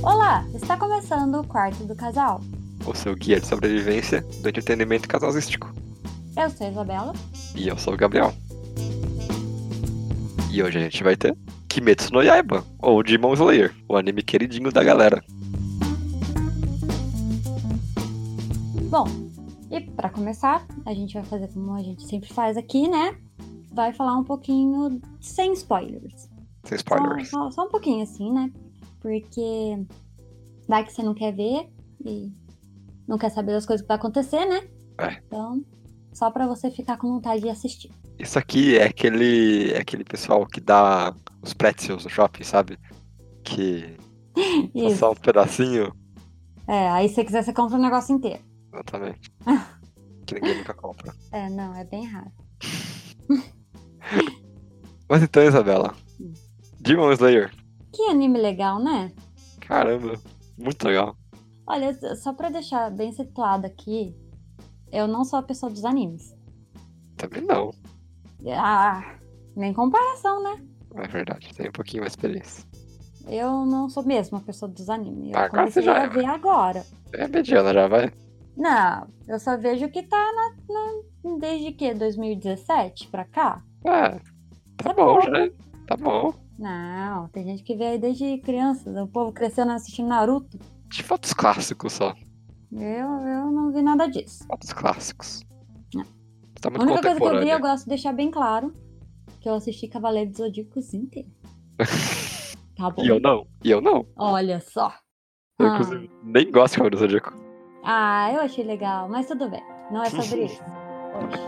Olá, está começando o Quarto do Casal. O seu guia de sobrevivência do entretenimento casalístico. Eu sou a Isabela. E eu sou o Gabriel. E hoje a gente vai ter Kimetsu no Yaiba, ou Demon Slayer, o anime queridinho da galera. Bom, e para começar, a gente vai fazer como a gente sempre faz aqui, né? Vai falar um pouquinho sem spoilers. Sem spoilers. Só um pouquinho assim, né? Porque vai que você não quer ver e não quer saber das coisas que vai acontecer, né? É. Então, só pra você ficar com vontade de assistir. Isso aqui é aquele pessoal que dá os pretzels no shopping, sabe? Que é só um pedacinho. É, aí se você quiser, você compra o negócio inteiro. Exatamente. Que ninguém nunca compra. É, não, é bem raro. Mas então, Isabela, Demon Slayer. Que anime legal, né? Caramba, muito legal. Olha, só pra deixar bem situado aqui, eu não sou a pessoa dos animes. Também não. Ah, nem comparação, né? É verdade, tem um pouquinho mais de experiência. Eu não sou mesmo a pessoa dos animes. Eu Agora você comecei já a é, ver agora. É mediana já, vai? Não, eu só vejo que tá desde que? 2017 pra cá? Ah, tá É bom, pouco. já. Tá bom. Não, tem gente que vê aí desde criança. O povo crescendo assistindo Naruto. De fotos clássicos só. Eu não vi nada disso. Fotos clássicos. Não. Tá A muito única coisa que eu vi, eu contemporânea. gosto de deixar bem claro que eu assisti Cavaleiro do Zodíaco inteiro. Tá bom. E eu não. Olha só. Eu, inclusive, nem gosto de Cavaleiro do Zodíaco. Ah, eu achei legal, mas tudo bem. Não é sobre isso hoje.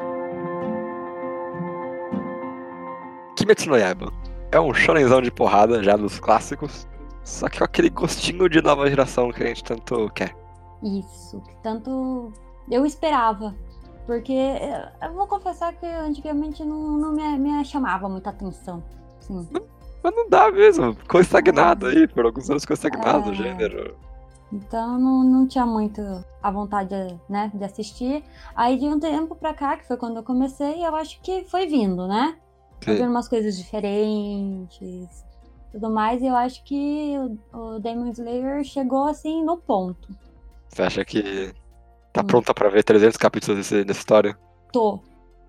Kimetsu no Yaiba é um shonenzão de porrada, já dos clássicos. Só que com aquele gostinho de nova geração que a gente tanto quer. Isso, que tanto eu esperava. Porque eu vou confessar que antigamente não me chamava muita atenção. Sim. Mas não dá mesmo. Ficou estagnado aí. Por alguns anos ficou estagnado o gênero. Então não tinha muito a vontade, né, de assistir. Aí de um tempo pra cá, que foi quando eu comecei, eu acho que foi vindo, né? Foi vendo umas coisas diferentes, tudo mais. E eu acho que o Demon Slayer chegou assim no ponto. Você acha que tá pronta pra ver 300 capítulos dessa história? Tô.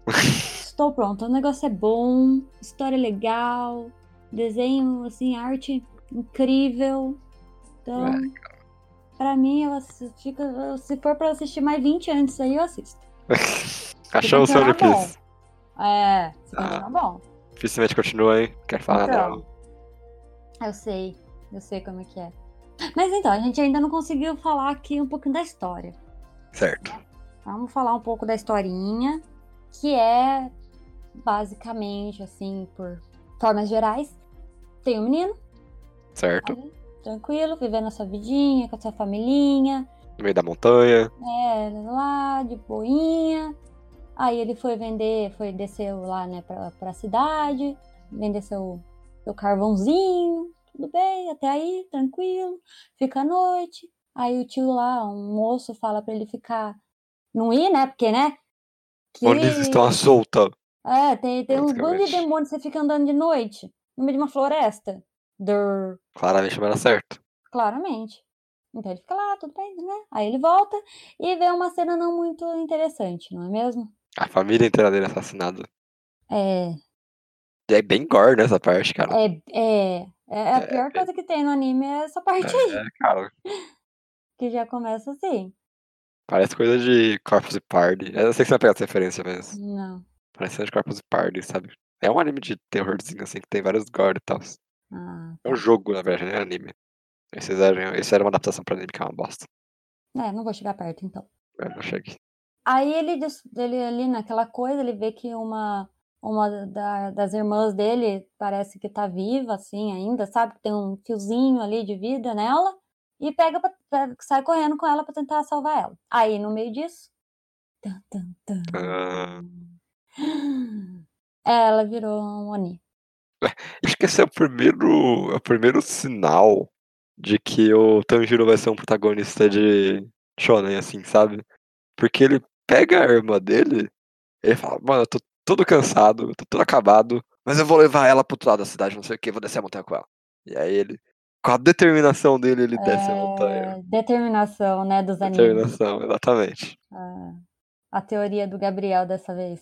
Estou pronta. O negócio é bom, história legal, desenho, assim, arte incrível. Então, pra mim, se for pra assistir mais 20 antes aí, eu assisto. Achou o seu One Piece? É, se continuar bom. Dificilmente continua, hein? Quer falar nada não. Eu sei como é que é. Mas então, a gente ainda não conseguiu falar aqui um pouquinho da história. Certo. Vamos falar um pouco da historinha, que é basicamente, assim, por formas gerais, tem um menino. Certo. Aí, tranquilo, vivendo a sua vidinha, com a sua familhinha. No meio da montanha. Lá, de boinha. Aí ele desceu lá, né, pra cidade, vender seu carvãozinho, tudo bem, até aí, tranquilo. Fica a noite. Aí o tio lá, um moço, fala pra ele não ir, né, porque, né? Onde eles estão à solta. Tem um bando de demônios, você fica andando de noite, no meio de uma floresta. Claramente não era certo. Claramente. Então ele fica lá, tudo bem, né? Aí ele volta e vê uma cena não muito interessante, não é mesmo? A família inteira dele assassinada. É bem gore nessa parte, cara. A pior coisa que tem no anime é essa parte aí. Cara. Que já começa assim. Parece coisa de Corpus Party. Eu sei que você vai pegar essa referência mesmo. Não. Parece coisa de Corpus Party, sabe? É um anime de terrorzinho, assim, que tem vários gore e tal. É um jogo, na verdade, não é anime. Esse era uma adaptação pra anime, que é uma bosta. Não vou chegar perto, então. Não cheguei. Aí ele ali naquela coisa, ele vê que uma das irmãs dele parece que tá viva, assim, ainda, sabe? Que tem um fiozinho ali de vida nela. E sai correndo com ela pra tentar salvar ela. Aí, no meio disso... Ela virou um Oni. Acho que esse é o primeiro sinal de que o Tanjiro vai ser um protagonista de shonen, assim, sabe? Porque ele pega a irmã dele e ele fala, mano, eu tô todo cansado, eu tô todo acabado, mas eu vou levar ela pro outro lado da cidade, não sei o que, vou descer a montanha com ela. E aí ele Com a determinação dele, ele desce a montanha. Determinação, né, dos animes. Determinação, exatamente. A teoria do Gabriel dessa vez.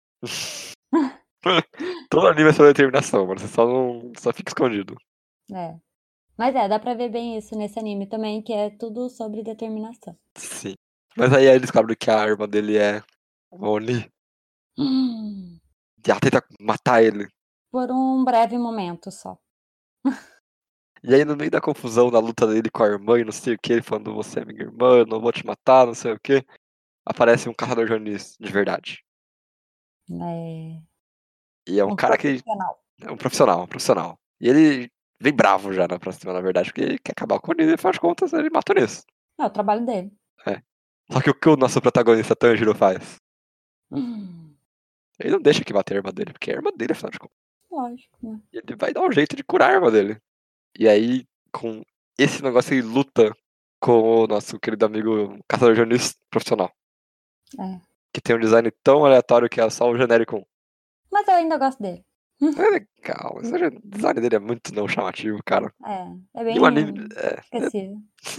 Todo anime é sobre determinação, mano. Você só fica escondido. É. Mas dá pra ver bem isso nesse anime também, que é tudo sobre determinação. Sim. Mas aí ele descobre que a arma dele é uma Oni. E ela tenta matar ele. Por um breve momento só. E aí, no meio da confusão, da luta dele com a irmã e não sei o que, ele falando, você é minha irmã, eu não vou te matar, não sei o que, aparece um caçador de Onis de verdade. É E é um cara que profissional. é um profissional. E ele vem bravo já na próxima, na verdade, porque ele quer acabar com o Onis e, afinal de contas, ele mata o Onis. É o trabalho dele. Só que o que o nosso protagonista Tanjiro faz? Hum, Ele não deixa que bata a irmã dele, porque é a irmã dele, afinal de contas. Lógico, né? E ele vai dar um jeito de curar a arma dele. E aí, com esse negócio, ele luta com o nosso querido amigo caçador de Onis profissional. É. Que tem um design tão aleatório que é só o genérico. Mas eu ainda gosto dele. É legal, mas o design dele é muito não chamativo, cara. É E o anime. bem esquecível.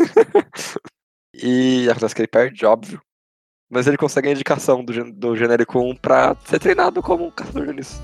E acontece que ele perde, óbvio. Mas ele consegue a indicação do genérico 1 pra ser treinado como um caçador de Onis.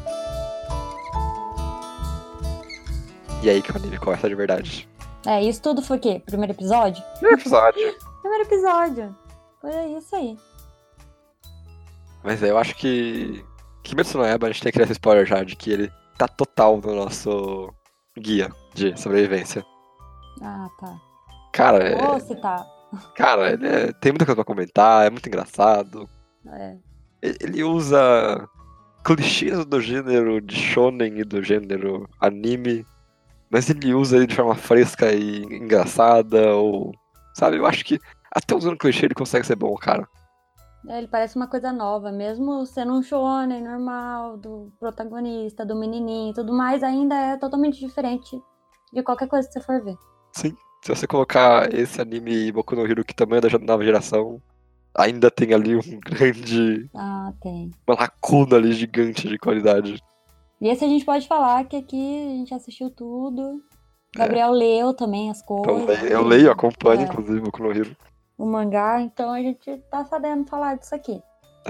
E aí que o anime começa de verdade. Isso tudo foi o quê? Primeiro episódio? Primeiro episódio. Primeiro episódio. Foi isso aí. Mas eu acho que Kimetsu no Yaiba, a gente tem que dar esse spoiler já, de que ele tá total no nosso guia de sobrevivência. Ah, tá. Cara, Ou se tá. cara, tem muita coisa pra comentar, é muito engraçado. É. Ele usa clichês do gênero de shonen e do gênero anime, mas ele usa ele de forma fresca e engraçada, ou... Sabe, eu acho que até usando clichê ele consegue ser bom, cara. Ele parece uma coisa nova, mesmo sendo um shonen normal, do protagonista, do menininho e tudo mais, ainda é totalmente diferente de qualquer coisa que você for ver. Sim, se você colocar esse anime e Boku no Hero, que também é da nova geração, ainda tem ali um grande... Ah, tem. uma lacuna ali gigante de qualidade. E esse a gente pode falar que aqui a gente assistiu tudo. Gabriel leu também as coisas. Eu leio, acompanho, É. inclusive, Boku no Hero. O mangá, então a gente tá sabendo falar disso aqui.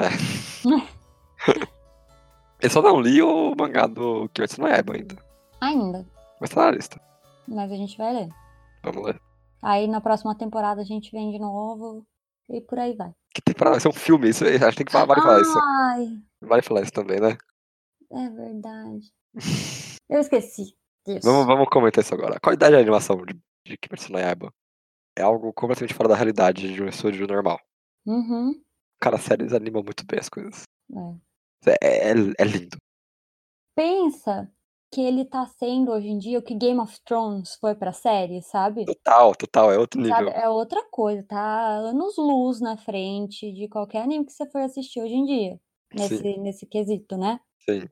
Eu só não li o mangá do Kimetsu no Yaiba ainda, Ainda. mas tá na lista. Mas a gente vai ler. Vamos ler. Aí na próxima temporada a gente vem de novo e por aí vai. Que temporada? Vai ser um filme, isso, acho que tem que falar, vale falar isso. Ai, Vale falar isso também, né? é verdade. Eu esqueci disso. Vamos comentar isso agora. A qualidade da animação de Kimetsu no Yaiba é algo completamente fora da realidade de um estúdio normal. Uhum. Cara, a série anima muito bem as coisas. É. É lindo. Pensa que ele tá sendo hoje em dia o que Game of Thrones foi pra série, sabe? Total, é outro nível. Sabe? É outra coisa, tá anos-luz na frente de qualquer anime que você for assistir hoje em dia. Sim, Nesse quesito, né? sim.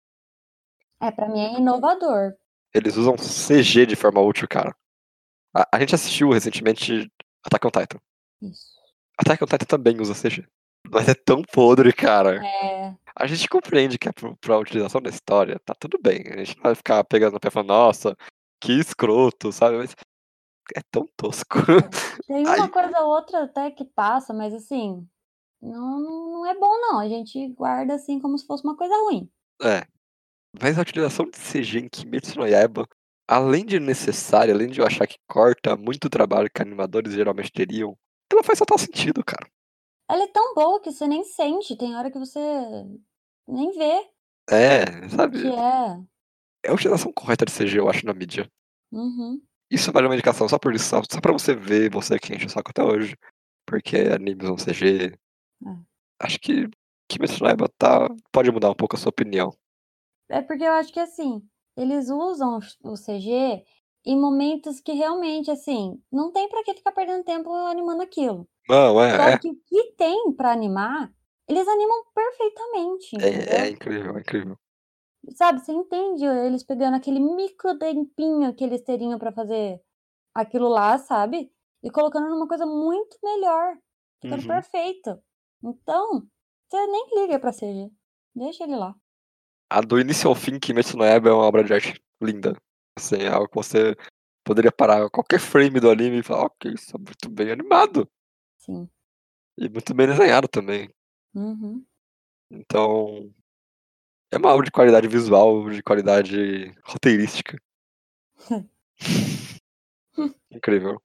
Pra mim é inovador. Eles usam CG de forma útil, cara. A gente assistiu recentemente Attack on Titan. Isso. Attack on Titan também usa CG. Mas é tão podre, cara. É, A gente compreende que é pra utilização da história, tá tudo bem. A gente não vai ficar pegando no pé e falando, nossa, que escroto, sabe? Mas é tão tosco. tem uma Aí, coisa ou outra até que passa, mas assim, não é bom não. A gente guarda assim como se fosse uma coisa ruim. é. Mas a utilização de CG em Kimetsu no Yaiba, além de necessária, além de eu achar que corta muito trabalho que animadores geralmente teriam, ela faz total sentido, cara. Ela é tão boa que você nem sente, tem hora que você nem vê Sabe? que é. É a utilização correta de CG, eu acho, na mídia. Uhum. Isso vale uma indicação só por isso, só pra você ver, você que enche o saco até hoje. Porque animes são CG. É. Acho que Kimetsu no Yaiba pode mudar um pouco a sua opinião. É porque eu acho que assim, eles usam o CG em momentos que realmente, assim, não tem pra que ficar perdendo tempo animando aquilo. Não, Só que o que tem pra animar, eles animam perfeitamente, é entendeu? incrível, é incrível. Sabe, você entende eles pegando aquele micro tempinho que eles teriam pra fazer aquilo lá, sabe? E colocando numa coisa muito melhor, ficando Uhum. perfeito. Então, você nem liga pra CG. Deixa ele lá. A do início ao fim, Kimetsu no Yaiba é uma obra de arte linda. Assim, é algo que você Poderia parar qualquer frame do anime e falar, ok, isso é muito bem animado. Sim. E muito bem desenhado também. Uhum. Então, é uma obra de qualidade visual, de qualidade roteirística. Incrível.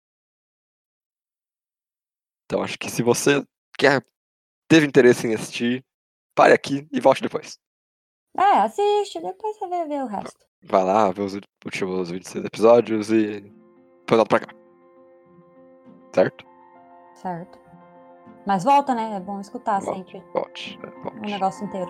Então, acho que se você teve interesse em assistir, pare aqui e volte depois. Assiste, depois você vai ver o resto. Vai lá, vê os últimos 26 episódios e depois volta pra cá. Certo? Certo. Mas volta, né? É bom escutar sempre Volte. o negócio inteiro.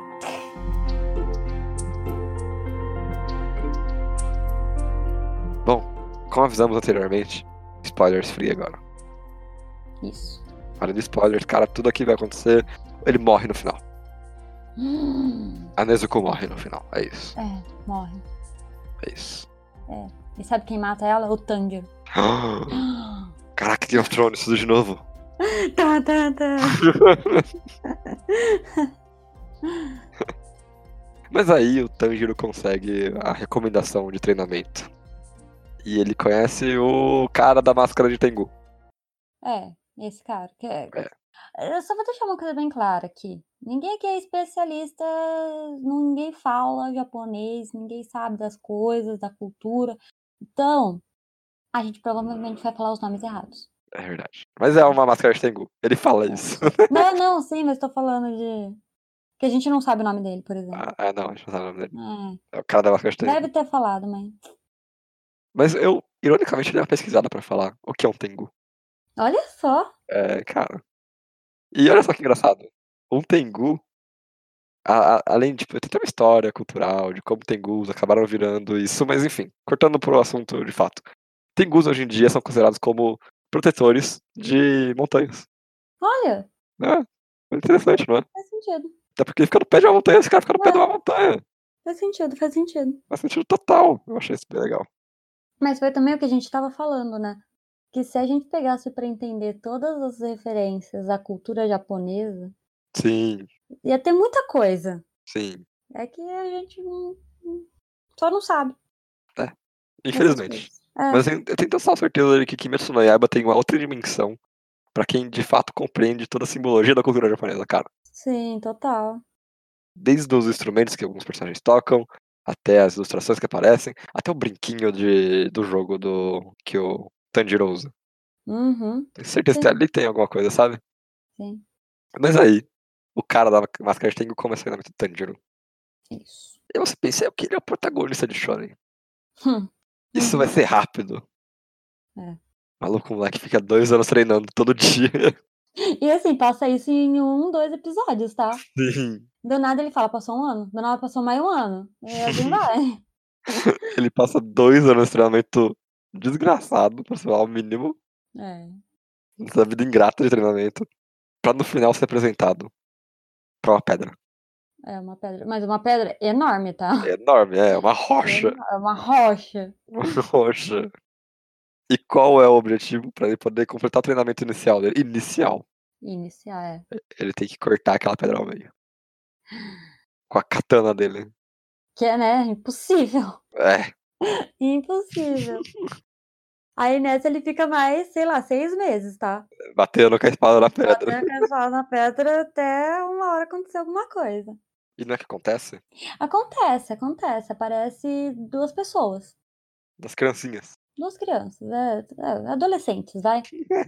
Bom, como avisamos anteriormente, spoilers free agora. Isso. Além de spoilers, cara, tudo aqui vai acontecer. Ele morre no final. A Nezuko morre no final. É isso. Morre. É isso. E sabe quem mata ela? O Tanjiro. Caraca, Game of Thrones, tudo de novo. Tá. Mas aí o Tanjiro consegue a recomendação de treinamento. E ele conhece o cara da máscara de Tengu. Esse cara. É. Eu só vou deixar uma coisa bem clara aqui. Ninguém aqui é especialista, ninguém fala japonês, ninguém sabe das coisas, da cultura. Então, a gente provavelmente vai falar os nomes errados. É verdade. Mas é uma máscara de Tengu. Ele fala isso. Não, sim, mas tô falando de... que a gente não sabe o nome dele, por exemplo. Não, a gente não sabe o nome dele. É o cara da máscara de Tengu. Deve ter falado, mas... Mas eu, ironicamente, dei uma pesquisada pra falar o que é um Tengu. Olha só! Cara. E olha só que engraçado. Um Tengu, além de, tipo, tem uma história cultural de como Tengus acabaram virando isso, mas enfim, cortando pro assunto de fato. Tengus hoje em dia são considerados como protetores de montanhas. Olha! É interessante, não é? Faz sentido. Até porque ele fica no pé de uma montanha, esse cara fica no pé de uma montanha. Faz sentido. Faz sentido total. Eu achei isso bem legal. Mas foi também o que a gente tava falando, né? Que se a gente pegasse pra entender todas as referências à cultura japonesa, Sim, ia ter muita coisa. sim. É que a gente só não sabe. Infelizmente. Mas eu tenho total certeza de que Kimetsu no Yaiba tem uma outra dimensão pra quem de fato compreende toda a simbologia da cultura japonesa, cara. Sim, total. Desde os instrumentos que alguns personagens tocam, até as ilustrações que aparecem, até o brinquinho do jogo que o Tanjiro usa. Uhum. Tenho certeza que ali tem alguma coisa, sabe? Sim. Mas aí, o cara da máscara de Tengu começa o treinamento do Tanjiro. Isso. E você pensa, eu queria o protagonista de Shonen. Hum. Isso vai ser rápido. Maluco, o moleque fica 2 anos treinando todo dia. E assim, passa isso em 2 episódios, tá? Sim. Do nada ele fala, passou 1 ano. Do nada passou mais 1 ano. E assim vai. Ele passa 2 anos de treinamento desgraçado, pra ser o mínimo. Essa vida ingrata de treinamento. Pra no final ser apresentado pra uma pedra. É uma pedra. Mas uma pedra enorme, tá? É enorme, é uma rocha. É uma rocha. Uma rocha. E qual é o objetivo pra ele poder completar o treinamento inicial dele? Iniciar, Ele tem que cortar aquela pedra ao meio. Com a katana dele. Que é, né? Impossível. É. Impossível. Aí nessa ele fica mais, sei lá, 6 meses, tá? Batendo com a espada na pedra. Batendo com a espada na pedra até uma hora acontecer alguma coisa. E não é que acontece? Acontece. Aparece 2 pessoas. Das criancinhas. 2 crianças. Adolescentes, vai.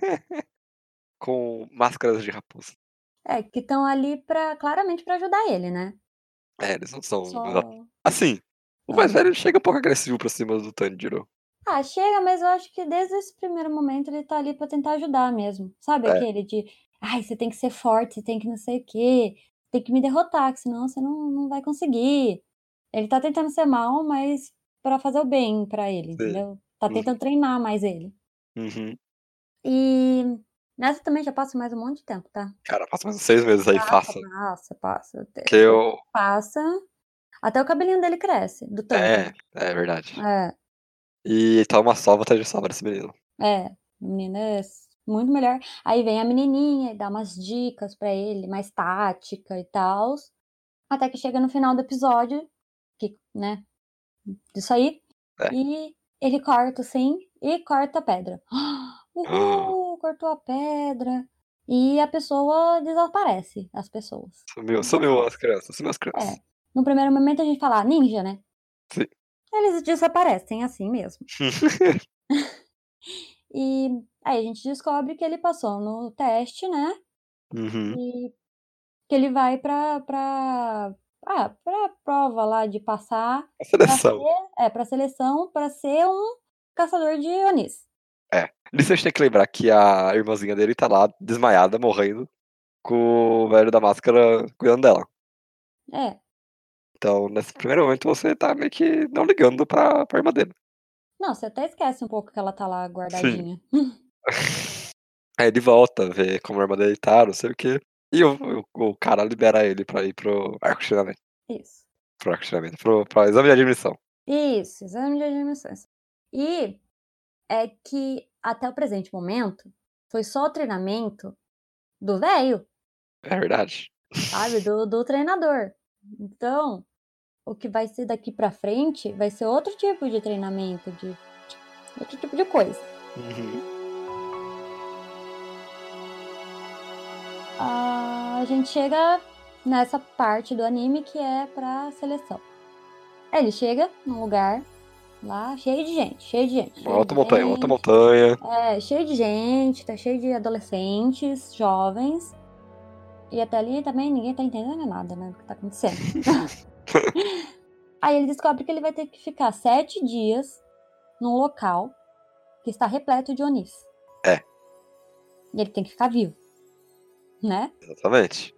Com máscaras de raposa. Que estão ali claramente pra ajudar ele, né? Eles não são. Só... Assim, o mais velho chega um pouco agressivo pra cima do Tanjiro. Chega, mas eu acho que desde esse primeiro momento ele tá ali pra tentar ajudar mesmo. Sabe aquele de, você tem que ser forte, você tem que não sei o quê, tem que me derrotar, que senão você não vai conseguir. Ele tá tentando ser mal, mas pra fazer o bem pra ele, entendeu? Tá tentando treinar mais ele. Uhum. E nessa também já passa mais um monte de tempo, tá? Cara, passa mais uns 6 meses aí, fácil. Passa. Que eu. Passa. Até o cabelinho dele cresce, do tanto. É verdade. É. E tá uma sova atrás de sova desse menino. O menino é muito melhor. Aí vem a menininha e dá umas dicas pra ele, mais tática e tal. Até que chega no final do episódio, que, né, disso aí. É. E Ele corta, sim, e corta a pedra. Uhul, cortou a pedra. E a pessoa desaparece, as pessoas. Sumiu as Desaparece. crianças, sumiu as crianças. É. No primeiro momento a gente fala, ninja, né? Sim. Eles desaparecem assim mesmo. E aí a gente descobre que ele passou no teste, né? Uhum. E que ele vai pra prova lá de passar A pra seleção. ser, pra seleção, pra ser um caçador de Onis. É. Nisso a gente tem que lembrar que a irmãzinha dele tá lá, desmaiada, morrendo, com o velho da máscara cuidando dela. É. Então, nesse primeiro momento, você tá meio que não ligando pra irmã dele. Não, você até esquece um pouco que ela tá lá Sim. guardadinha. Aí ele volta, vê como a irmã dele tá, não sei o quê. E o cara libera ele pra ir pro arco de treinamento. Isso. Pro arco de treinamento, pro exame de admissão. Isso, exame de admissões. E é que até o presente momento foi só o treinamento do velho, É verdade. sabe? Do treinador. Então, o que vai ser daqui pra frente vai ser outro tipo de treinamento, de outro tipo de coisa. Uhum. A gente chega nessa parte do anime que é pra seleção. Aí ele chega num lugar lá cheio de gente, cheio de gente, Uma cheio outra de montanha, uma outra gente. montanha. É, cheio de gente, tá cheio de adolescentes, jovens. E até ali também ninguém tá entendendo nada, né, do que tá acontecendo. Aí ele descobre que ele vai ter que ficar 7 dias num local que está repleto de Onis. É. E ele tem que ficar vivo, né? Exatamente.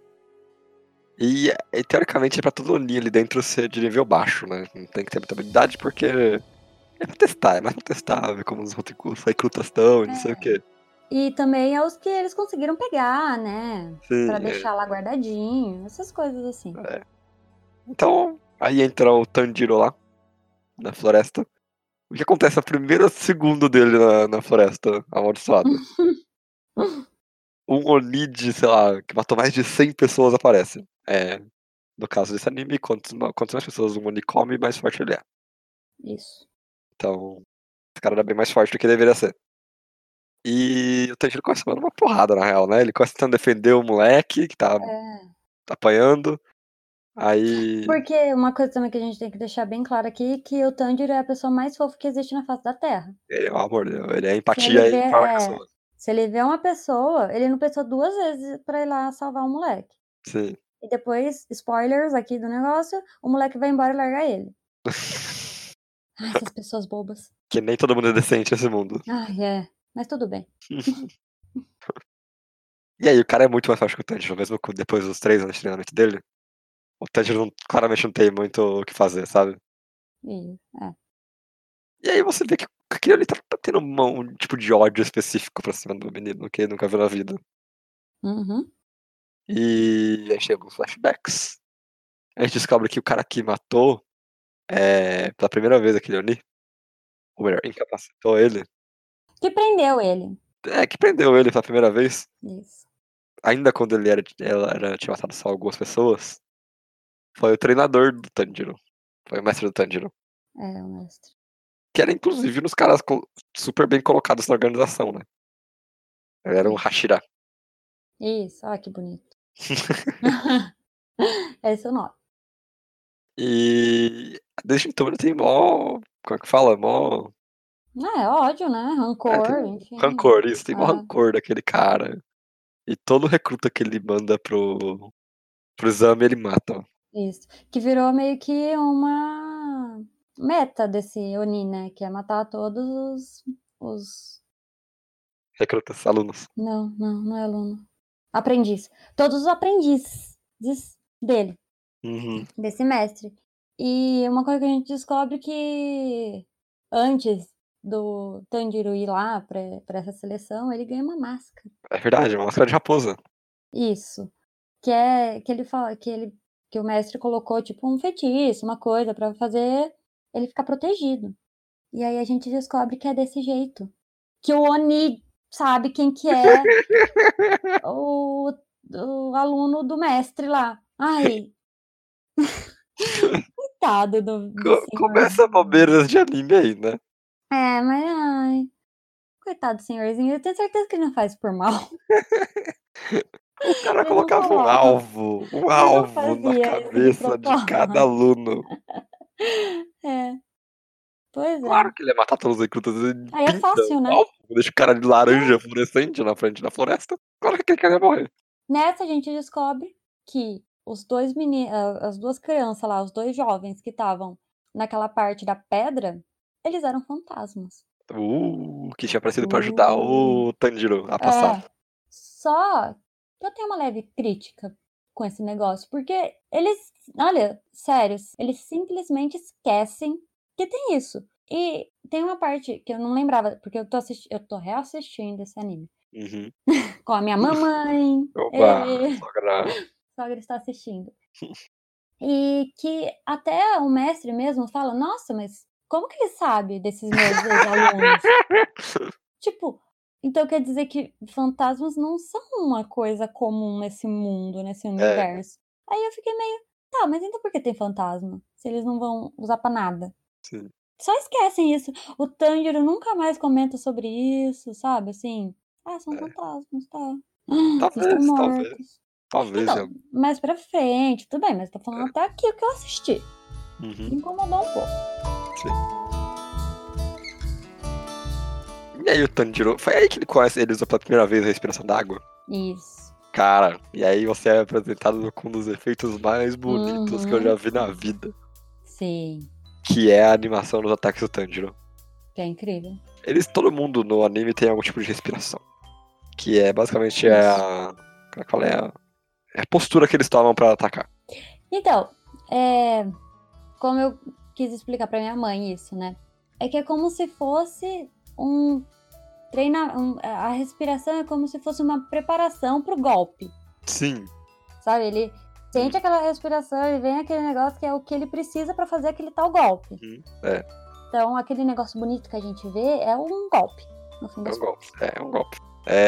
E teoricamente é pra todo Oni ali dentro ser de nível baixo, né? Não tem que ter muita habilidade porque é pra testar, é mais pra testar, ver como os recrutas estão e não sei o quê. E também é os que eles conseguiram pegar, né? Sim, Pra deixar lá guardadinho, essas coisas assim. é. Então, aí entra o Tanjiro lá, na floresta. O que acontece no primeiro segundo dele na floresta amaldiçoada? Um Oni de, sei lá, que matou mais de 100 pessoas aparece. É, no caso desse anime, quantas mais pessoas um Oni come, mais forte ele é. Isso. Então, esse cara era bem mais forte do que deveria ser. E o Tanjiro começa dando uma porrada, na real, né? Ele começa tentando defender o moleque que tá É. apanhando. Aí. Porque uma coisa também que a gente tem que deixar bem claro aqui, que o Tanjiro é a pessoa mais fofa que existe na face da Terra. Ele é um amor, ele é Se ele empatia vê, em forma de pessoa. se ele vê uma pessoa, ele não pensou 2 vezes pra ir lá salvar o moleque. Sim. E depois, spoilers aqui do negócio, o moleque vai embora e larga ele. Ai, essas pessoas bobas. Que nem todo mundo é decente nesse mundo. Ai, é. Mas tudo bem. E aí, o cara é muito mais forte que o Tanjiro, mesmo depois dos 3 anos de treinamento dele. O Tanjiro claramente não tem muito o que fazer, sabe? É. E aí você vê que aquilo ali tá tendo um tipo de ódio específico pra cima do menino que ele nunca viu na vida. Uhum. E aí chega os flashbacks. A gente descobre que o cara que matou pela primeira vez aquele Oni, ou melhor, incapacitou ele. Que prendeu ele. Que prendeu ele pela primeira vez, Isso. ainda quando tinha matado só algumas pessoas, foi o treinador do Tanjiro. Foi o mestre do Tanjiro. É, o mestre. Que era inclusive nos caras super bem colocados na organização, né? Ele era um Isso. Hashira. Isso. Ah, que bonito. Esse é o nome. E desde então ele tem mó. Como é que fala? Mó. É ódio, né? Tem Rancor, um enfim. rancor, isso, tem mó rancor daquele cara. E todo recruta que ele manda pro exame ele mata. Isso. Que virou meio que uma meta desse Oni, né? Que é matar todos os... Recrutas, alunos. Não, não, não é aluno. Aprendiz. Todos os aprendizes dele, Uhum. desse mestre. E uma coisa que a gente descobre que antes do Tanjiro ir lá pra essa seleção, ele ganha uma máscara. É verdade, uma máscara de raposa. Isso. Que ele fala que o mestre colocou tipo um feitiço, uma coisa pra fazer ele ficar protegido. E aí a gente descobre que é desse jeito. Que o Oni sabe quem que é o, o aluno do mestre lá. Ai, coitado do senhor. Começa bobeiras de anime aí, né? Mas ai, coitado do senhorzinho, eu tenho certeza que ele não faz por mal. O cara Ele não colocava coloca. um Ele não alvo na fazia isso de cabeça de cada propósito. aluno. É, pois Claro é. que ele ia matar todos os recrutas, ele Aí é pinta fácil, o né? alvo, deixa o cara de laranja fluorescente na frente da floresta. Claro que aquele cara ia morrer. Nessa a gente descobre que os 2 as 2 crianças lá, os 2 jovens que estavam naquela parte da pedra, eles eram fantasmas. Que tinha aparecido pra ajudar Uh. o Tanjiro a passar. É. Só que eu tenho uma leve crítica com esse negócio, porque eles, olha, sério, eles simplesmente esquecem que tem isso. E tem uma parte que eu não lembrava, porque eu tô reassistindo esse anime Uhum. com a minha mamãe. Oba, sogra. Sogra está assistindo. E que até o mestre mesmo fala: "Nossa, mas como que ele sabe desses meus ex-alunos?" Tipo, então quer dizer que fantasmas não são uma coisa comum nesse mundo, nesse É, universo. Aí eu fiquei meio: "Tá, mas então por que tem fantasma, se eles não vão usar pra nada?" sim. Só esquecem isso. O Tanjiro nunca mais comenta sobre isso, sabe, assim: "Ah, são É. fantasmas, tá. Vocês estão Talvez, talvez. mortos." Talvez. Então, mais pra frente, tudo bem, mas tô falando até aqui o que eu assisti. Uhum, Me incomodou um pouco. sim. E aí o Tanjiro. Foi aí que ele conhece, ele usa pela primeira vez a respiração d'água. Isso. Cara, e aí você é apresentado com um dos efeitos mais bonitos que eu já Uhum. vi na vida. Sim, Que é a animação dos ataques do Tanjiro. que é incrível. Todo mundo no anime tem algum tipo de respiração. Que é basicamente Isso. qual é a postura que eles tomam pra atacar. Então, como eu quis explicar pra minha mãe isso, né, é que é como se fosse um a respiração é como se fosse uma preparação para o golpe, Sim. sabe, ele sente aquela respiração e vem aquele negócio que é o que ele precisa pra fazer aquele tal golpe. É, Então aquele negócio bonito que a gente vê é um golpe, no fim é das um golpe. contas. É um golpe.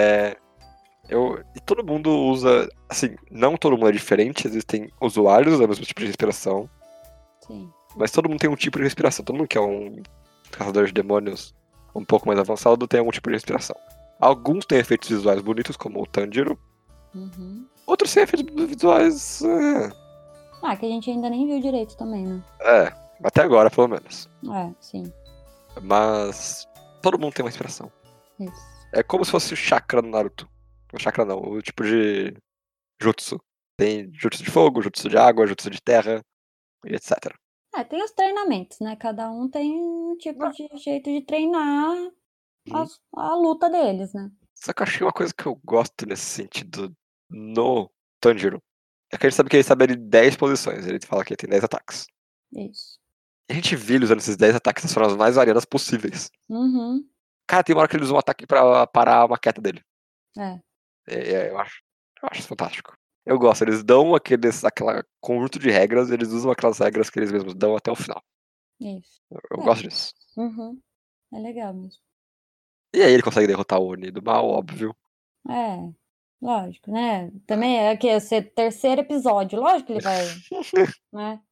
E todo mundo usa. Assim, não todo mundo é diferente, existem usuários do mesmo tipo de respiração, Sim. mas todo mundo tem um tipo de respiração. Todo mundo que é um caçador de demônios um pouco mais avançado tem algum tipo de respiração. Alguns têm efeitos visuais bonitos, como o Tanjiro. Uhum. Outros têm efeitos visuais. Ah, que a gente ainda nem viu direito também, né. Até agora, pelo menos. Sim, Mas todo mundo tem uma respiração. isso. É como se fosse o chakra no Naruto. O chakra não, o tipo de jutsu. Tem jutsu de fogo, jutsu de água, jutsu de terra, e etc. Tem os treinamentos, né, cada um tem um tipo Não. de jeito de treinar Uhum. a luta deles, né. Só que eu achei uma coisa que eu gosto nesse sentido no Tanjiro. É que a gente sabe que ele sabe ele 10 posições, ele fala que ele tem 10 ataques. Isso. E a gente vê ele usando esses 10 ataques das formas mais variadas possíveis. Uhum. Cara, tem uma hora que ele usa um ataque pra parar uma queda dele. É, Eu acho isso fantástico. Eu gosto, eles dão aquela conjunto de regras, eles usam aquelas regras que eles mesmos dão até o final. isso. Eu É. gosto disso. Uhum. É legal mesmo. E aí ele consegue derrotar o Oni do mal, óbvio. É, lógico, né, também é que esse terceiro episódio, lógico que ele vai, né.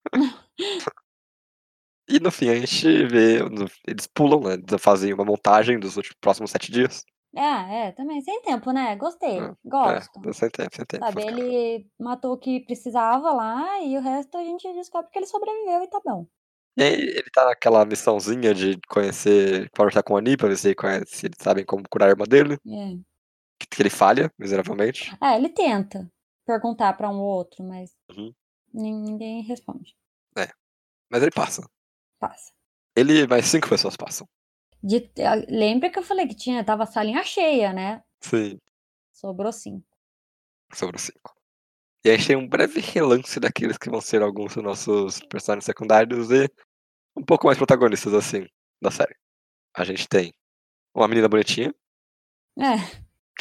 E no fim a gente vê, eles pulam, né? Eles fazem uma montagem dos próximos 7 dias. Também, sem tempo, né, gostei, gosto. Deu sem tempo, Sabe, foi ficar. ele matou o que precisava lá e o resto a gente descobre que ele sobreviveu e tá bom. E aí ele tá naquela missãozinha de conhecer, conversar com o Oni pra ver se eles sabem como curar a irmã dele, É. que ele falha miseravelmente. Ele tenta perguntar pra um ou outro, mas Uhum. ninguém responde. É, mas ele passa. Passa. Ele e mais 5 pessoas passam. Lembra que eu falei que tava a salinha cheia, né? Sim, Sobrou 5. sobre os 5. E aí a gente tem um breve relance daqueles que vão ser alguns dos nossos personagens secundários e um pouco mais protagonistas, assim, da série. A gente tem uma menina bonitinha, É,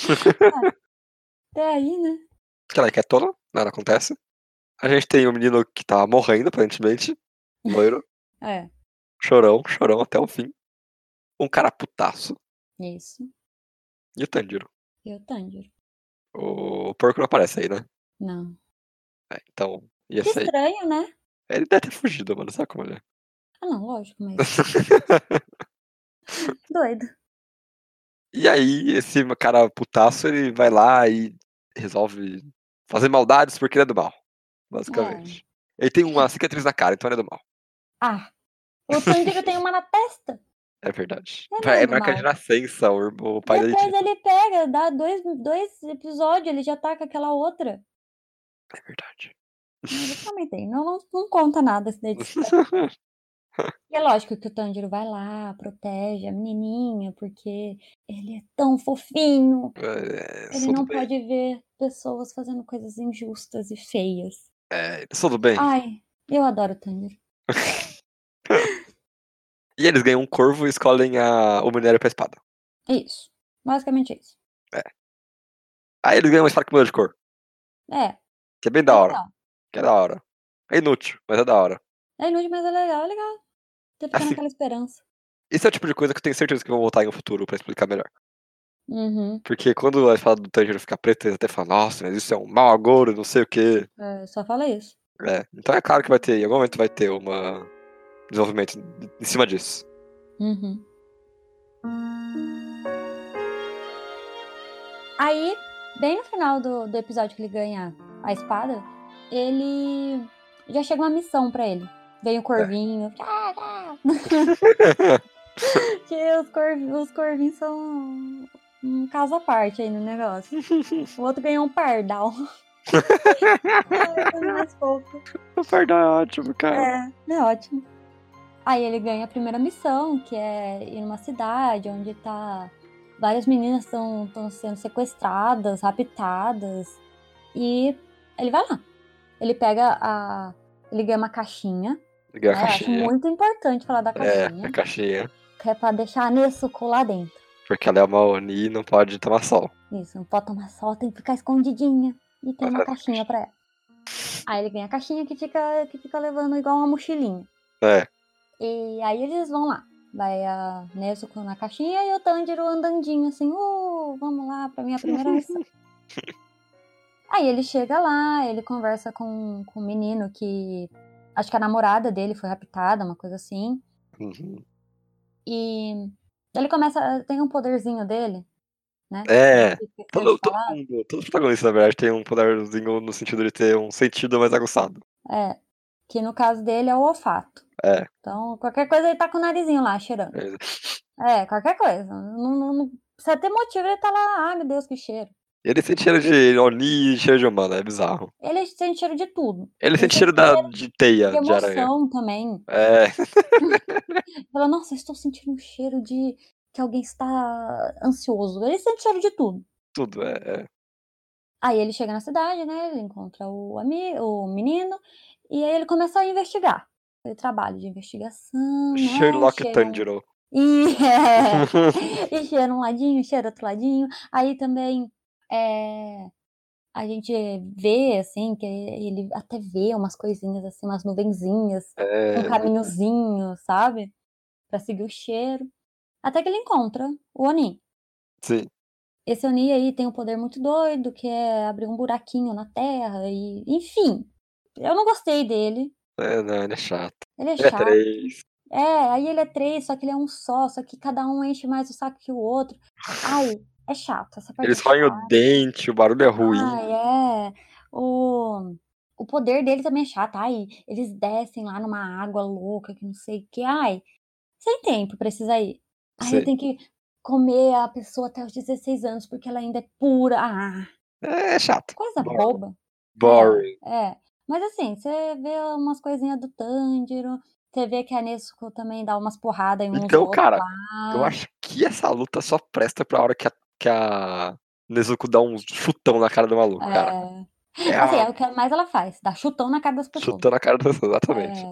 até aí, né? que ela é quietona, nada acontece. A gente tem um menino que tá morrendo, aparentemente, loiro, É, chorão até o fim. Um cara putaço isso. e o Tanjiro. E o Tanjiro. O porco não aparece aí, né? Não. Então, e Que esse aí? estranho, né? Ele deve ter fugido, mano, sabe como ele é? Não, lógico, mas doido. E aí, esse cara putaço, ele vai lá e resolve fazer maldades porque ele é do mal, basicamente. Ele tem uma cicatriz na cara, então ele é do mal. Ah, o Tanjiro tem uma na testa. É verdade. Ele não é É do marca de mal. nascença, o pai dele Depois tinha. ele pega, dá dois episódios, ele já tá com aquela outra. É verdade. Eu já comentei, não conta nada esse daí. E é lógico que o Tanjiro vai lá, protege a menininha, porque ele é tão fofinho. Ele Sou do não bem. pode ver pessoas fazendo coisas injustas e feias. Sou do bem. Ai, eu adoro o Tanjiro. E eles ganham um corvo e escolhem o minério pra espada. Isso. Basicamente isso. É. Aí eles ganham uma espada que muda de cor. É, Que é bem é da hora. legal. Que é da hora. É inútil, mas é da hora. É inútil, mas é legal, é legal. Você fica Assim, naquela esperança. esse é o tipo de coisa que eu tenho certeza que vão voltar em um futuro pra explicar melhor. Uhum. Porque quando a espada do Tanjiro fica preta, eles até falam, nossa, mas isso é um mau agouro, não sei o quê. Só fala isso. Então é claro que vai ter, em algum momento vai ter um desenvolvimento em cima disso. Uhum. Aí, bem no final do episódio que ele ganha a espada, ele já chega uma missão pra ele. Vem o corvinho. Que os corvinhos são um caso à parte aí no negócio. O outro ganhou um pardal. Ai, coisa mais fofa. O pardal é ótimo, cara. É ótimo. Aí ele ganha a primeira missão, que é ir numa cidade onde tá. Várias meninas estão sendo sequestradas, raptadas. E ele vai lá. Ele pega Ele ganha uma caixinha. Ele ganha a Acho caixinha. muito importante falar da caixinha. A caixinha. Que é pra deixar a Nezuko lá dentro. Porque ela é uma Oni e não pode tomar sol. Isso, não pode tomar sol, tem que ficar escondidinha. E tem uma caixinha pra ela. Aí ele ganha a caixinha que fica levando igual uma mochilinha. E aí eles vão lá. Vai a Nezuko na caixinha e o Tanjiro andandinho assim, vamos lá pra minha primeira missão. Aí ele chega lá, ele conversa com um menino que... Acho que a namorada dele foi raptada, uma coisa assim. Uhum. E ele começa... Tem um poderzinho dele, né? Todo protagonista, na verdade, tem um poderzinho no sentido de ter um sentido mais aguçado. Que no caso dele é o olfato. Então, qualquer coisa ele tá com o narizinho lá, cheirando. Qualquer coisa. Não precisa ter motivo, ele tá lá, ai meu Deus, que cheiro. Ele sente cheiro de Oni e cheiro de humano, é bizarro. Ele sente cheiro de tudo. Ele sente cheiro de teia, de aranha. Emoção também. Fala, nossa, eu estou sentindo um cheiro de que alguém está ansioso. Ele sente cheiro de tudo. Tudo, Aí ele chega na cidade, né? Ele encontra o menino. E aí ele começa a investigar. Ele trabalha de investigação, Sherlock né? Tanjiro. E cheira um ladinho, cheira outro ladinho. Aí também a gente vê, assim, que ele até vê umas coisinhas, assim, umas nuvenzinhas, um caminhozinho, sabe? Pra seguir o cheiro. Até que ele encontra o Oni. Sim. Esse Oni aí tem um poder muito doido, que é abrir um buraquinho na terra e... Enfim, eu não gostei dele. Não, ele é chato. Ele é Ele é chato. 3. Aí ele é 3, só que ele é um só que cada um enche mais o saco que o outro. Ai, é chato, essa parte Eles é roem o chata. dente, o barulho é ruim. Ai, o poder dele também é chato. Ai, eles descem lá numa água louca, que não sei o que. Ai, sem tempo precisa ir. Aí tem que comer a pessoa até os 16 anos, porque ela ainda é pura. É chato. Coisa boba. Boring. Mas assim, você vê umas coisinhas do Tanjiro, você vê que a Nezuko também dá umas porradas em uns Então, outros cara, lá. eu acho que essa luta só presta pra hora que a Nezuko dá um chutão na cara do maluco, cara. Assim, é o que mais ela faz, dá chutão na cara das pessoas. Chutão na cara das pessoas, exatamente.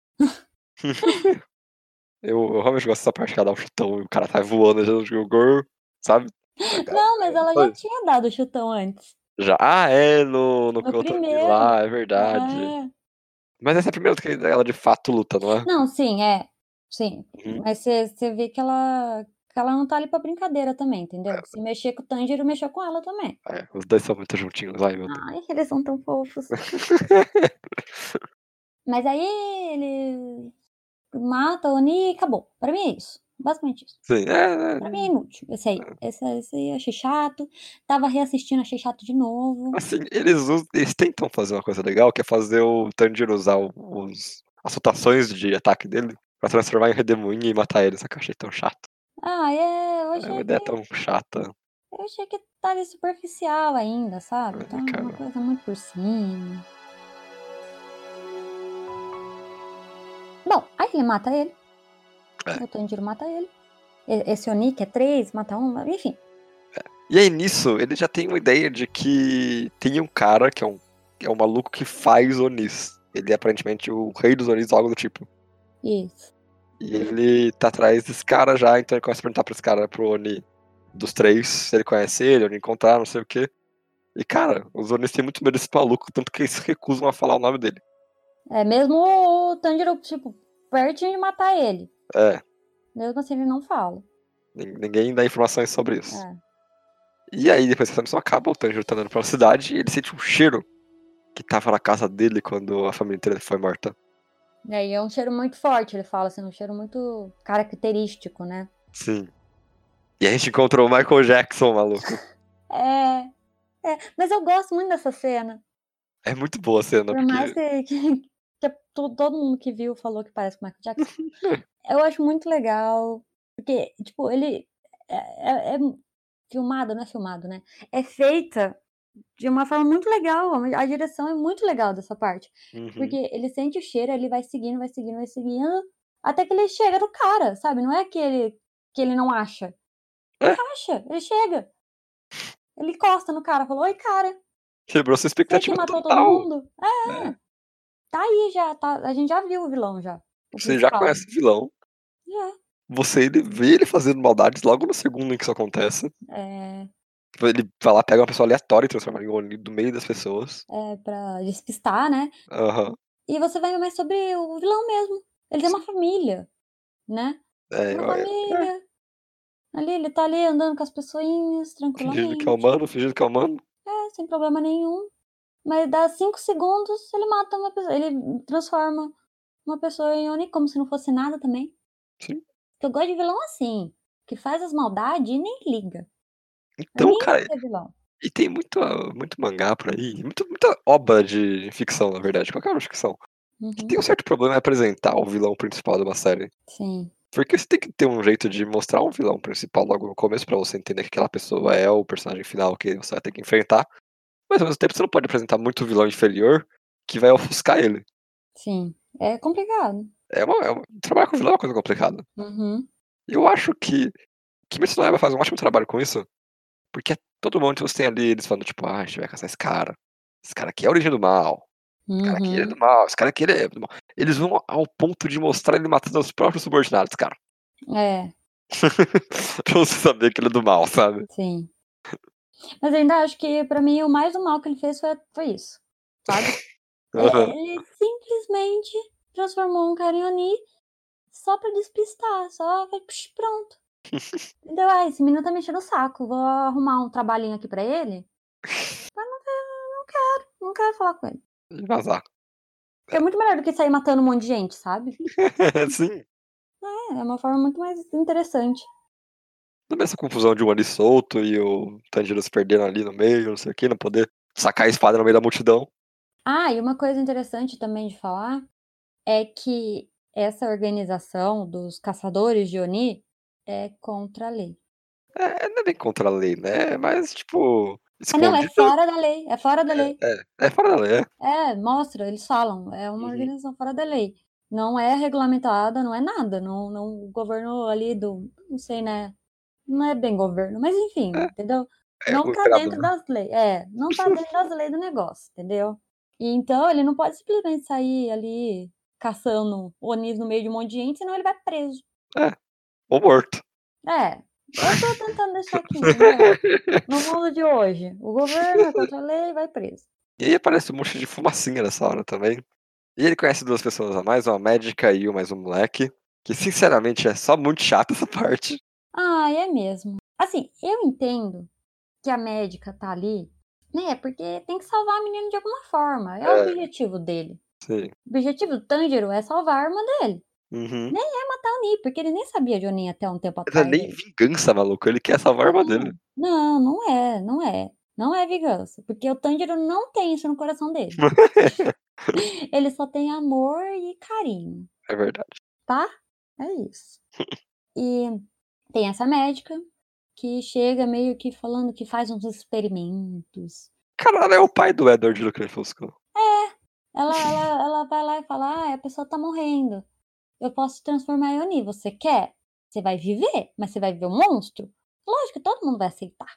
Eu realmente gosto dessa parte que ela dá um chutão e o cara tá voando já no jogo, sabe? Não, mas ela já tinha dado chutão antes. Já? No primeiro. lá, é verdade. Mas essa é a primeira que ela de fato luta, não é? Não, sim, Sim. Mas você vê que ela não tá ali pra brincadeira também, entendeu? Se mexer com o Tanjiro, mexeu com ela também. Os dois são muito juntinhos, ai meu Deus. Ai, eles são tão fofos. Mas aí ele mata o Oni e acabou. Pra mim é isso. Basicamente isso. Sim, Pra mim é inútil, esse aí. Esse aí eu achei chato. Tava reassistindo, achei chato de novo. assim, eles tentam fazer uma coisa legal, que é fazer o Tanjiro usar as rotações de ataque dele pra transformar em redemoinho e matar ele, só que eu achei tão chato. Ah, eu É uma achei ideia que tão chata, tá ali superficial ainda, sabe? Tá uma cara. coisa muito por cima. Bom, aí ele mata ele. É. O Tanjiro mata ele. Esse Oni, que é 3, mata um, enfim. E aí nisso, ele já tem uma ideia de que tem um cara que é um maluco que faz Onis. Ele é aparentemente o rei dos Onis, algo do tipo. Isso. E ele tá atrás desse cara já, então ele começa a perguntar pra esse cara, pro Oni dos 3, se ele conhece ele, onde encontrar, não sei o quê. E, cara, os Onis têm muito medo desse maluco, tanto que eles se recusam a falar o nome dele. É, mesmo o Tanjiro, tipo, pertinho de matar ele. É, Mesmo assim, ele não fala. ninguém dá informações sobre isso. É. E aí, depois que essa missão acaba, o Tanjiro tá andando pela cidade e ele sente um cheiro que tava na casa dele quando a família inteira foi morta. E aí é um cheiro muito forte, ele fala assim, um cheiro muito característico, né? Sim. E a gente encontrou o Michael Jackson, maluco. É, mas eu gosto muito dessa cena. É muito boa a cena, Por mais porque. que todo mundo que viu falou que parece com o Michael Jackson. Eu acho muito legal, porque, tipo, ele é filmado, não é filmado, né? É feita de uma forma muito legal. A direção é muito legal dessa parte. Uhum. Porque ele sente o cheiro, ele vai seguindo, vai seguindo, vai seguindo, até que ele chega no cara, sabe? Não é que ele não acha. Ele É, acha, ele chega. Ele encosta no cara, falou: Oi, cara, quebrou sua você que expectativa matou todo total. mundo? É. Tá aí já, tá, a gente já viu o vilão já. O Você já principal. conhece o vilão. Já. Ele vê ele fazendo maldades logo no segundo em que isso acontece. É, Ele vai lá, pega uma pessoa aleatória e transforma em Oni do meio das pessoas. pra despistar, né? Aham. E você vai ver mais sobre o vilão mesmo. Ele tem uma Sim. família, né? É, Uma família. Ali, ele tá ali andando com as pessoinhas, fingindo que é tranquilamente. humano, fingindo que é humano. Sem problema nenhum. Mas dá 5 segundos, ele mata uma pessoa. Ele transforma uma pessoa em Oni como se não fosse nada também. Sim. Eu gosto de vilão assim, que faz as maldades e nem liga. Pra Então, mim, cara, isso é vilão. e tem muito mangá por aí, muita obra de ficção, na verdade, qualquer obra de ficção, que tem Uhum. um certo problema em apresentar o vilão principal de uma série. Sim, Porque você tem que ter um jeito de mostrar um vilão principal logo no começo pra você entender que aquela pessoa é o personagem final que você vai ter que enfrentar. Mas ao mesmo tempo você não pode apresentar muito vilão inferior que vai ofuscar ele. sim. É complicado. Trabalhar com vilão é uma coisa complicada. Uhum. E eu acho que Kimetsu no Yaiba faz um ótimo trabalho com isso, porque é todo mundo que você tem ali, eles falando, tipo, a gente vai caçar esse cara. Esse cara aqui é a origem do mal. Esse cara aqui ele é do Uhum. mal. Esse cara aqui ele é do mal. Eles vão ao ponto de mostrar ele matando os próprios subordinados, cara. É, Pra você saber que ele é do mal, sabe? sim. Mas ainda acho que pra mim o mais do mal que ele fez foi isso, sabe? Aham. Ele simplesmente transformou um cara em Oni só pra despistar, só vai, psh, pronto. Entendeu? Esse menino tá me enchendo o saco, vou arrumar um trabalhinho aqui pra ele. Mas não quero falar com ele. E vazar. Porque é muito melhor do que sair matando um monte de gente, sabe? Sim. É uma forma muito mais interessante. Também essa confusão de um ali solto e o Tanjiro se perdendo ali no meio, não sei o que, não poder sacar a espada no meio da multidão. E uma coisa interessante também de falar é que essa organização dos caçadores de Oni é contra a lei. Não é bem contra a lei, né? Mas, tipo, Não, é escondida. fora da lei, é fora da lei. É fora da lei, é. Mostra, eles falam, é uma Uhum. organização fora da lei. Não é regulamentada, não é nada. O governo ali não sei, né? Não é bem governo, mas enfim, entendeu? Não O tá imperador. dentro das leis. Não tá dentro das leis do negócio, entendeu? E então ele não pode simplesmente sair ali caçando onis no meio de um monte de gente, senão ele vai preso. É, ou morto. Eu tô tentando deixar aqui, entendeu? No mundo de hoje, o governo é contra a lei, vai preso. E aí aparece um monte de fumacinha nessa hora também. E ele conhece duas pessoas a mais, uma médica e mais um moleque. Que sinceramente é só muito chato essa parte. É mesmo. Assim, eu entendo que a médica tá ali, né? Porque tem que salvar a menina de alguma forma. É o É, objetivo dele. sim. O objetivo do Tanjiro é salvar a irmã dele. Uhum. Matar a Oni, porque ele nem sabia de Oni até um tempo Mas não é atrás. nem vingança, maluco. Ele quer salvar a irmã dele. Não, não é, não é. Não é vingança, porque o Tanjiro não tem isso no coração dele. Ele só tem amor e carinho, É verdade. tá? É isso. E tem essa médica que chega meio que falando que faz uns experimentos. Cara, ela é o pai do Edward do Crepúsculo. Ela vai lá e fala: a pessoa tá morrendo. Eu posso transformar em Oni. Você quer? Você vai viver, mas você vai viver um monstro? Lógico que todo mundo vai aceitar.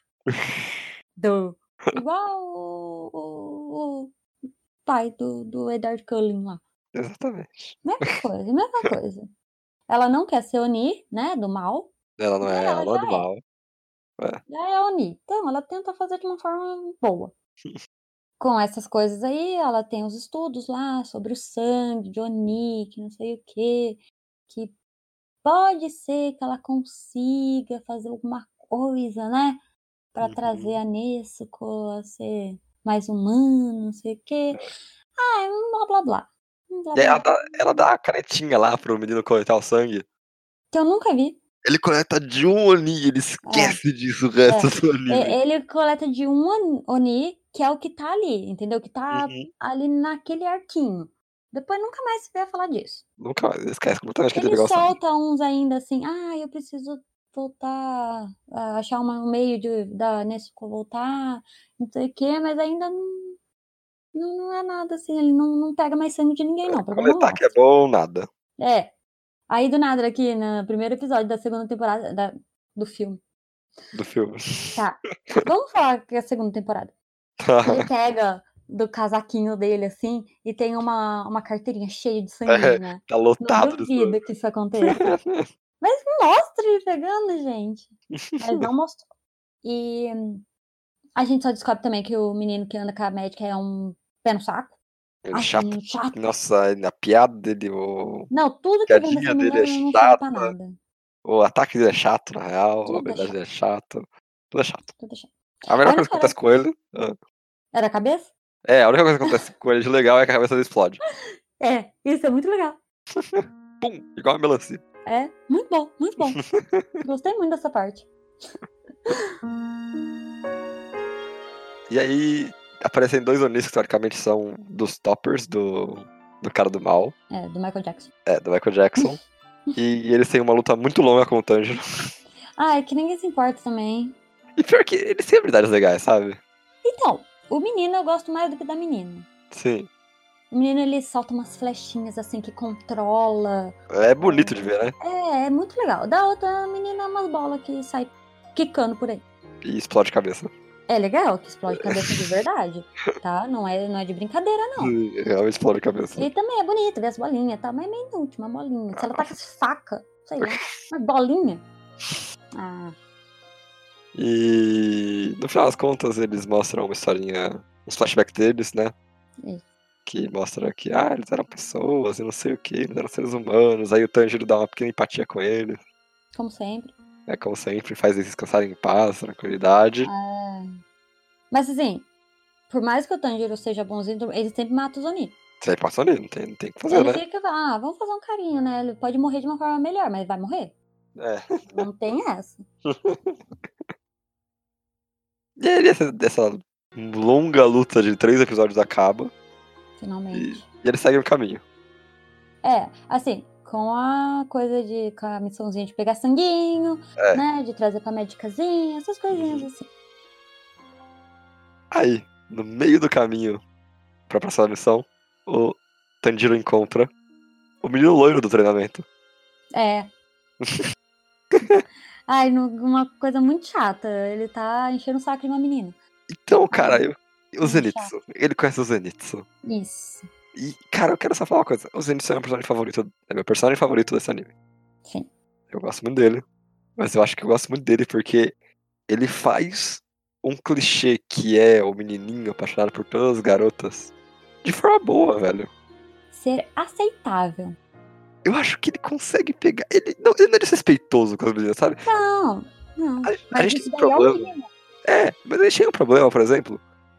Igual o pai do Edward Cullen lá. Exatamente. Mesma coisa. Ela não quer ser Oni, né, do mal. Ela não Então é, ela ela não é já do é. mal. É. Já é Oni. Então ela tenta fazer de uma forma boa. Com essas coisas aí, ela tem os estudos lá sobre o sangue de Oni, que não sei o quê, que pode ser que ela consiga fazer alguma coisa, né, pra trazer Uhum. a Nezuko a ser mais humana, não sei o quê. Blá blá blá. Blá E aí blá ela blá. ela dá a canetinha lá pro menino coletar o sangue. Que eu nunca vi. Ele coleta de um Oni, ele É. esquece disso o resto do anime. Ele coleta de um Oni, que é o que tá ali, entendeu? Que tá Uhum. ali naquele arquinho. Depois nunca mais se vê falar disso. Nunca mais, ele esquece completamente que ele Ele pegar o sangue. solta uns ainda assim, eu preciso voltar, achar um meio da Nezuko voltar, não sei o quê, mas ainda não é nada assim, ele não pega mais sangue de ninguém não, porque não Coletar que é mostra. bom, nada. É. Aí do nada aqui no primeiro episódio da segunda temporada do filme. Do filme. Tá, vamos falar que é a segunda temporada. Ele pega do casaquinho dele, assim, e tem uma carteirinha cheia de sanguinho, né. Tá Não lotado de duvido que isso aconteça. Mas mostra ele pegando, gente. Mas não mostrou. E a gente só descobre também que o menino que anda com a médica é um pé no saco. Ele é Acho chato. menino chato. Nossa, a piada dele, a Não, tudo que vem dessa piadinha dele menina é não serve chata. pra nada. O ataque dele é chato, na real. A Tudo é habilidade dele é chato, chato. Tudo é chato. tudo é chato. A A melhor coisa que única acontece com ele. era a cabeça? A única coisa que acontece com ele de legal é que a cabeça dele explode. É, isso é muito legal. Pum! Igual uma melancia. É, muito bom, muito bom. Gostei muito dessa parte. E aí aparecem dois Onis que teoricamente são dos toppers do cara do mal. É, do Michael Jackson. Do Michael Jackson. E eles têm uma luta muito longa com o Tanjiro. É que ninguém se importa também. E pior que eles têm habilidades legais, sabe? Então, o menino eu gosto mais do que da menina. Sim. O menino, ele solta umas flechinhas assim que controla. É bonito de ver, né? É muito legal. Da outra menina, umas bolas que sai quicando por aí. E explode cabeça. É legal que explode cabeça de verdade, tá? Não é de brincadeira, não. Sim, realmente explode cabeça. E também é bonito ver as bolinhas, tá? Mas é meio inútil, uma bolinha. Se ela tá com as facas, sei lá, uma bolinha. E no final das contas eles mostram uma historinha, uns flashbacks deles, né? Isso. Que mostra que, eles eram pessoas e não sei o que, eles eram seres humanos. Aí o Tanjiro dá uma pequena empatia com eles. Como sempre. Como sempre, faz eles descansarem em paz, tranquilidade. Mas assim, por mais que o Tanjiro seja bonzinho, ele sempre mata os Oni. Você passa ali, não tem o que fazer, Ele né? fica, vamos fazer um carinho, né? Ele pode morrer de uma forma melhor, mas vai morrer. Não tem essa. E aí essa longa luta de 3 episódios acaba. Finalmente. E eles seguem o caminho. Assim, com a coisa com a missãozinha de pegar sanguinho, né? De trazer pra medicazinha, essas coisinhas assim. Aí, no meio do caminho pra próxima missão, o Tanjiro encontra o menino loiro do treinamento. Uma coisa muito chata. Ele tá enchendo o saco de uma menina. Então, cara, o Zenitsu. chato. Ele conhece o Zenitsu. Isso. E, cara, eu quero só falar uma coisa. O Zenitsu é meu personagem favorito desse anime. Sim. Eu gosto muito dele. Mas eu acho que eu gosto muito dele porque ele faz um clichê que é o menininho apaixonado por todas as garotas de forma boa, velho. Ser aceitável. Eu acho que ele consegue pegar. Ele não é desrespeitoso com as meninas, sabe? Não. A Mas gente isso tem um daí é o problema. mínimo. Mas a gente tem um problema, por exemplo,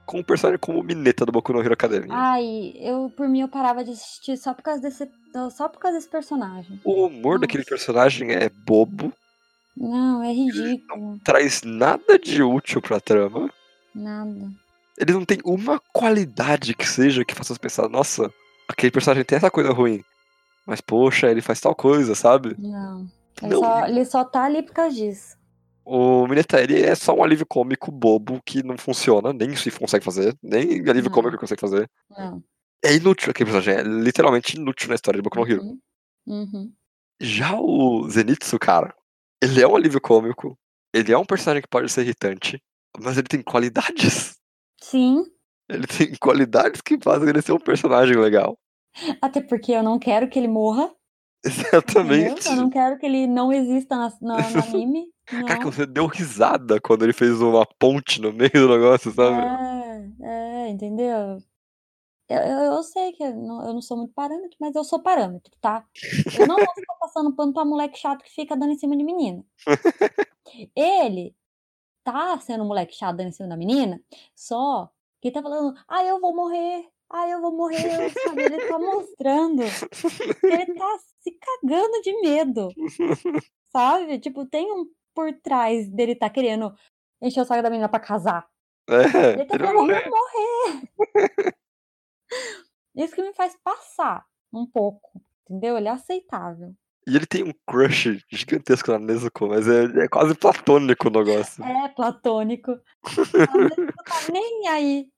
com um personagem como o Mineta do Boku no Hero Academia. Ai, por mim, eu parava de assistir só por causa desse personagem. O humor daquele personagem é bobo, Não, é ridículo. traz nada de útil pra trama. Nada. Ele não tem uma qualidade que seja que faça você pensar, nossa, aquele personagem tem essa coisa ruim. Mas, poxa, ele faz tal coisa, sabe? Não. Não, Ele só tá ali por causa disso. o Mineta, ele é só um alívio cômico bobo que não funciona, nem isso consegue fazer, nem alívio cômico ele consegue fazer. Não. É inútil aquele personagem, é literalmente inútil na história de Boku no Hero. Uhum. Já o Zenitsu, cara, ele é um alívio cômico, ele é um personagem que pode ser irritante, mas ele tem qualidades. Sim. Ele tem qualidades que fazem ele ser um personagem legal. Até porque eu não quero que ele morra. Exatamente. Entendeu? Eu não quero que ele não exista no anime. Não. Cara, que você deu risada quando ele fez uma ponte no meio do negócio, sabe? Entendeu? Eu sei que eu não sou muito parâmetro, mas eu sou parâmetro, tá? Eu não vou ficar passando pano pra moleque chato que fica dando em cima de menina. Ele tá sendo um moleque chato dando em cima da menina, só que ele tá falando, eu vou morrer, sabe? Ele tá mostrando que ele tá se cagando de medo, sabe? Tipo, tem um por trás dele tá querendo encher o saco da menina pra casar. Ele tá ele vai falando, eu morrer. vou morrer. Isso que me faz passar um pouco, entendeu? Ele é aceitável. E ele tem um crush gigantesco na Nezuko, mas é quase platônico o negócio. É platônico. A Nezuko tá nem aí.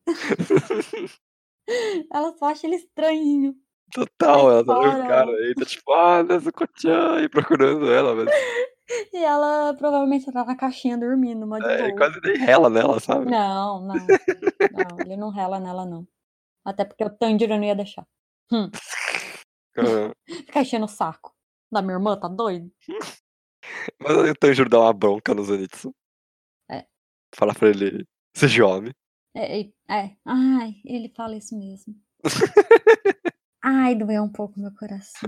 Ela só acha ele estranhinho. Total, ela tá olhando o Fora. cara aí, tá tipo, Nezuko-chan, e procurando ela, mas E ela provavelmente tá na caixinha dormindo, mó de ele boa. quase nem rela nela, sabe? Não, ele não rela nela, não. Até porque o Tanjiro não ia deixar. Ficar enchendo o saco da minha irmã, tá doido? Mas aí o Tanjiro dá uma bronca no Zenitsu. É. Fala pra ele, seja homem. Ai, ele fala isso mesmo. Ai, doeu um pouco meu coração.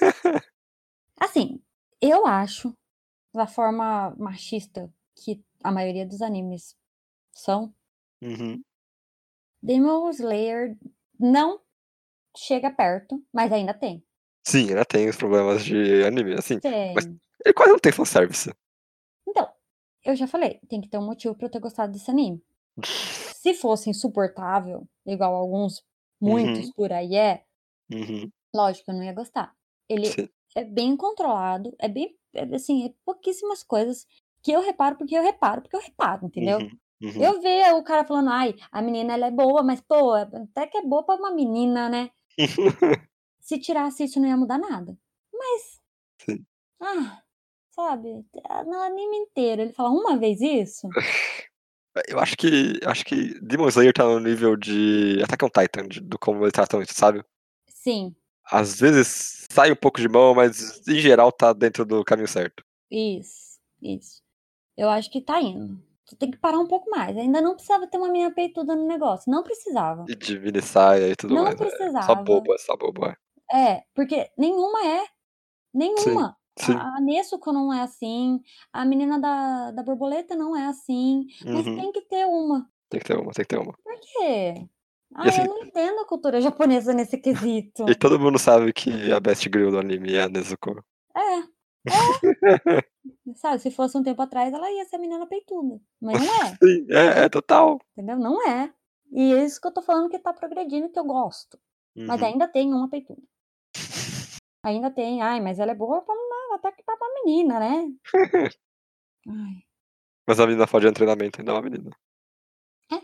Assim, eu acho, da forma machista que a maioria dos animes são, Uhum. Demon Slayer não chega perto, mas ainda tem. Sim, ainda tem os problemas de anime, assim. Mas Tem. ele quase não tem fanservice. Então, eu já falei, tem que ter um motivo pra eu ter gostado desse anime. Se fosse insuportável, igual alguns, muitos Uhum. por aí Uhum. lógico, eu não ia gostar. Ele Sim. é bem controlado, assim, é pouquíssimas coisas que eu reparo porque eu reparo, entendeu? Uhum. Uhum. Eu ver o cara falando, a menina ela é boa, mas pô, até que é boa pra uma menina, né? Se tirasse isso não ia mudar nada. Mas, Sim. sabe, no anime inteiro, ele fala uma vez isso? Eu acho que Demon Slayer tá no nível de Attack on Titan, do como eles tratam isso, sabe? Sim, Às vezes sai um pouco de mão, mas em geral tá dentro do caminho certo. isso. Eu acho que tá indo. Tu tem que parar um pouco mais. Ainda não precisava ter uma menina peituda no negócio. Não precisava. E de mini saia e tudo Não mais. Só precisava. bobo, é só bobo, é. Porque nenhuma é. Sim, Nenhuma. sim. A Nezuko não é assim. A menina da borboleta não é assim. Mas Uhum. tem que ter uma. Tem que ter uma, tem que ter uma. Por quê? E Eu assim, não entendo a cultura japonesa nesse e quesito. todo mundo sabe que a Best Girl do anime é a Nezuko. É. Sabe, se fosse um tempo atrás, ela ia ser a menina peituda. Mas não é. Sim, é total. Entendeu? Não é. E é isso que eu tô falando que tá progredindo, que eu gosto. Mas Uhum. ainda tem uma peituda. Ainda tem. Mas ela é boa pra uma, até que pra uma menina, né? Ai. Mas a menina fora de treinamento ainda é uma menina. É.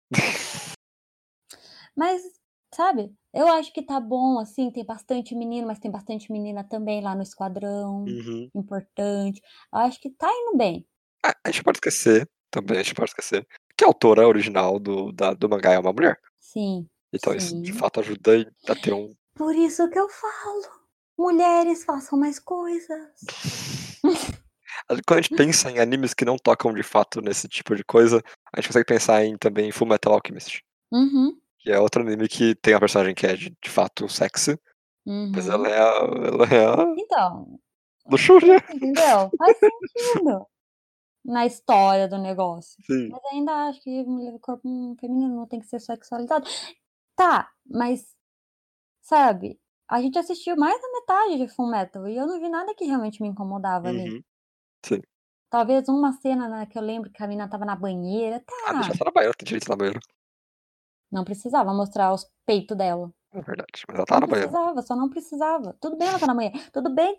Mas, sabe, eu acho que tá bom, assim, tem bastante menino, mas tem bastante menina também lá no esquadrão. Uhum. Importante. Eu acho que tá indo bem. A gente pode esquecer, também, a gente pode esquecer, que a autora original do mangá é uma mulher. Sim. Então isso de Sim. fato ajuda a ter um. Por isso que eu falo. Mulheres façam mais coisas. Quando a gente pensa em animes que não tocam de fato nesse tipo de coisa, a gente consegue pensar em também Fullmetal Alchemist. Uhum. Que é outro anime que tem a personagem que é de fato sexy, mas ela Uhum. é a Então, luxúria. entendeu? Faz sentido. na história do negócio. Sim. Mas ainda acho que o corpo feminino não tem que ser sexualizado. Tá, mas, sabe, a gente assistiu mais da metade de Fullmetal e eu não vi nada que realmente me incomodava ali. Uhum. Sim. Talvez uma cena, né, que eu lembro que a mina estava na banheira, Ah, deixa tá, só na banheira, tem direito na banheira. não precisava mostrar os peitos dela. É verdade. Mas ela tá Não na banheira. precisava, só não precisava. Tudo bem ela estar na banheira, tudo bem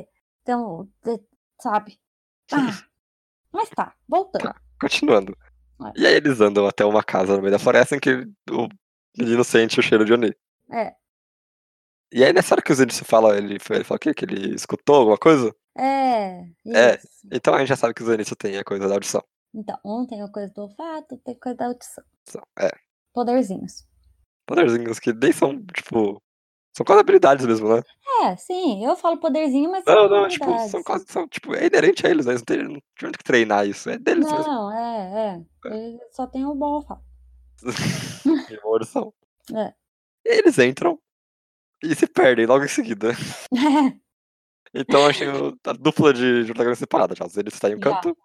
ter sabe. Ah, mas tá, voltando. Tá, continuando. É, E aí eles andam até uma casa no meio da floresta em que o menino sente o cheiro de Oni. é, E aí nessa hora que o Zenitsu fala, ele fala o quê? Que ele escutou alguma coisa? É. isso. Então a gente já sabe que o Zenitsu tem a coisa da audição. Então, um tem a coisa do olfato, tem a coisa da audição. É. Poderzinhos. Poderzinhos que nem são, tipo. São quase habilidades mesmo, né? É, sim, eu falo poderzinho, mas são Não, não, tipo, são habilidades. quase. São, tipo, é inerente a eles, né? Eles não tiveram que treinar isso. É deles mesmo. Não, ele só tem o bom olfato. E uma audição. É. E aí eles entram e se perdem logo em seguida. Então achei a dupla de protagonistas separada já. O Zenitsu tá em um Já. canto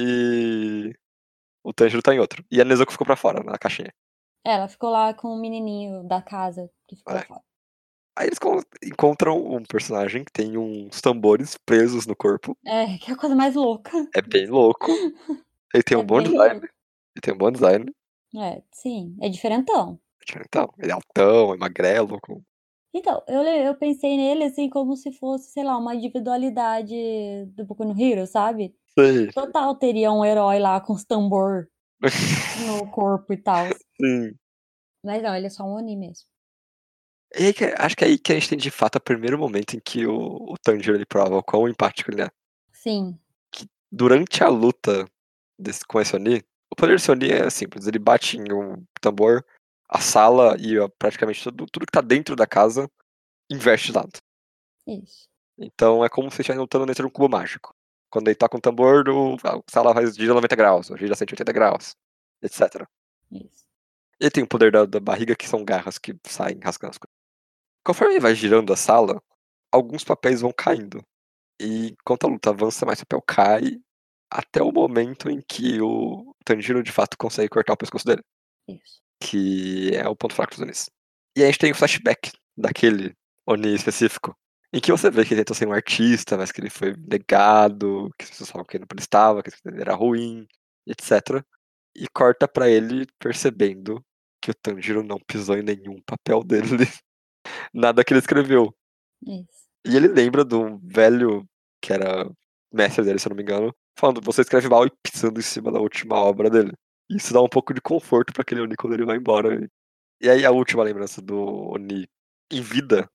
e o Tanjiro tá em outro. E a Nezuko ficou pra fora, na caixinha. Ela ficou lá com o menininho da casa que ficou É. fora. Aí eles encontram um personagem que tem uns tambores presos no corpo. É, que é a coisa mais louca. É bem louco. Ele tem É um bom bem design. louco. Ele tem um bom design. É, sim, é diferentão. Então, ele é altão, é magrelo. Então, eu pensei nele, assim, como se fosse, sei lá, uma individualidade do Boku no Hero, sabe? Sei. Total teria um herói lá com os tambor no corpo e tal. Sim. Mas não, ele é só um Oni mesmo. E aí acho que é aí que a gente tem de fato o primeiro momento em que o Tanjiro ele prova o quão empático ele é. Sim, Que durante a luta com esse Oni, o poder desse Oni é simples, ele bate em um tambor, a sala e praticamente tudo que tá dentro da casa inverte de lado. isso, Então é como se estivesse lutando dentro de um cubo mágico. Quando ele toca um tambor, a sala vai gira 90 graus, ou gira 180 graus, etc. isso. Ele tem o poder da barriga, que são garras que saem rasgando as coisas. Conforme ele vai girando a sala, alguns papéis vão caindo. E enquanto a luta avança, mais papel cai, até o momento em que o Tanjiro de fato consegue cortar o pescoço dele. Isso. Que é o ponto fraco dos Onis. E aí a gente tem o flashback daquele Oni específico, em que você vê que ele tentou ser um artista, mas que ele foi negado, que as pessoas falam que ele não prestava, que ele era ruim, etc. E corta pra ele percebendo que o Tanjiro não pisou em nenhum papel dele, nada que ele escreveu. Isso. E ele lembra do velho, que era mestre dele, se eu não me engano, falando, você escreve mal e pisando em cima da última obra dele. Isso dá um pouco de conforto pra aquele Oni quando ele vai embora. E aí a última lembrança do Oni em vida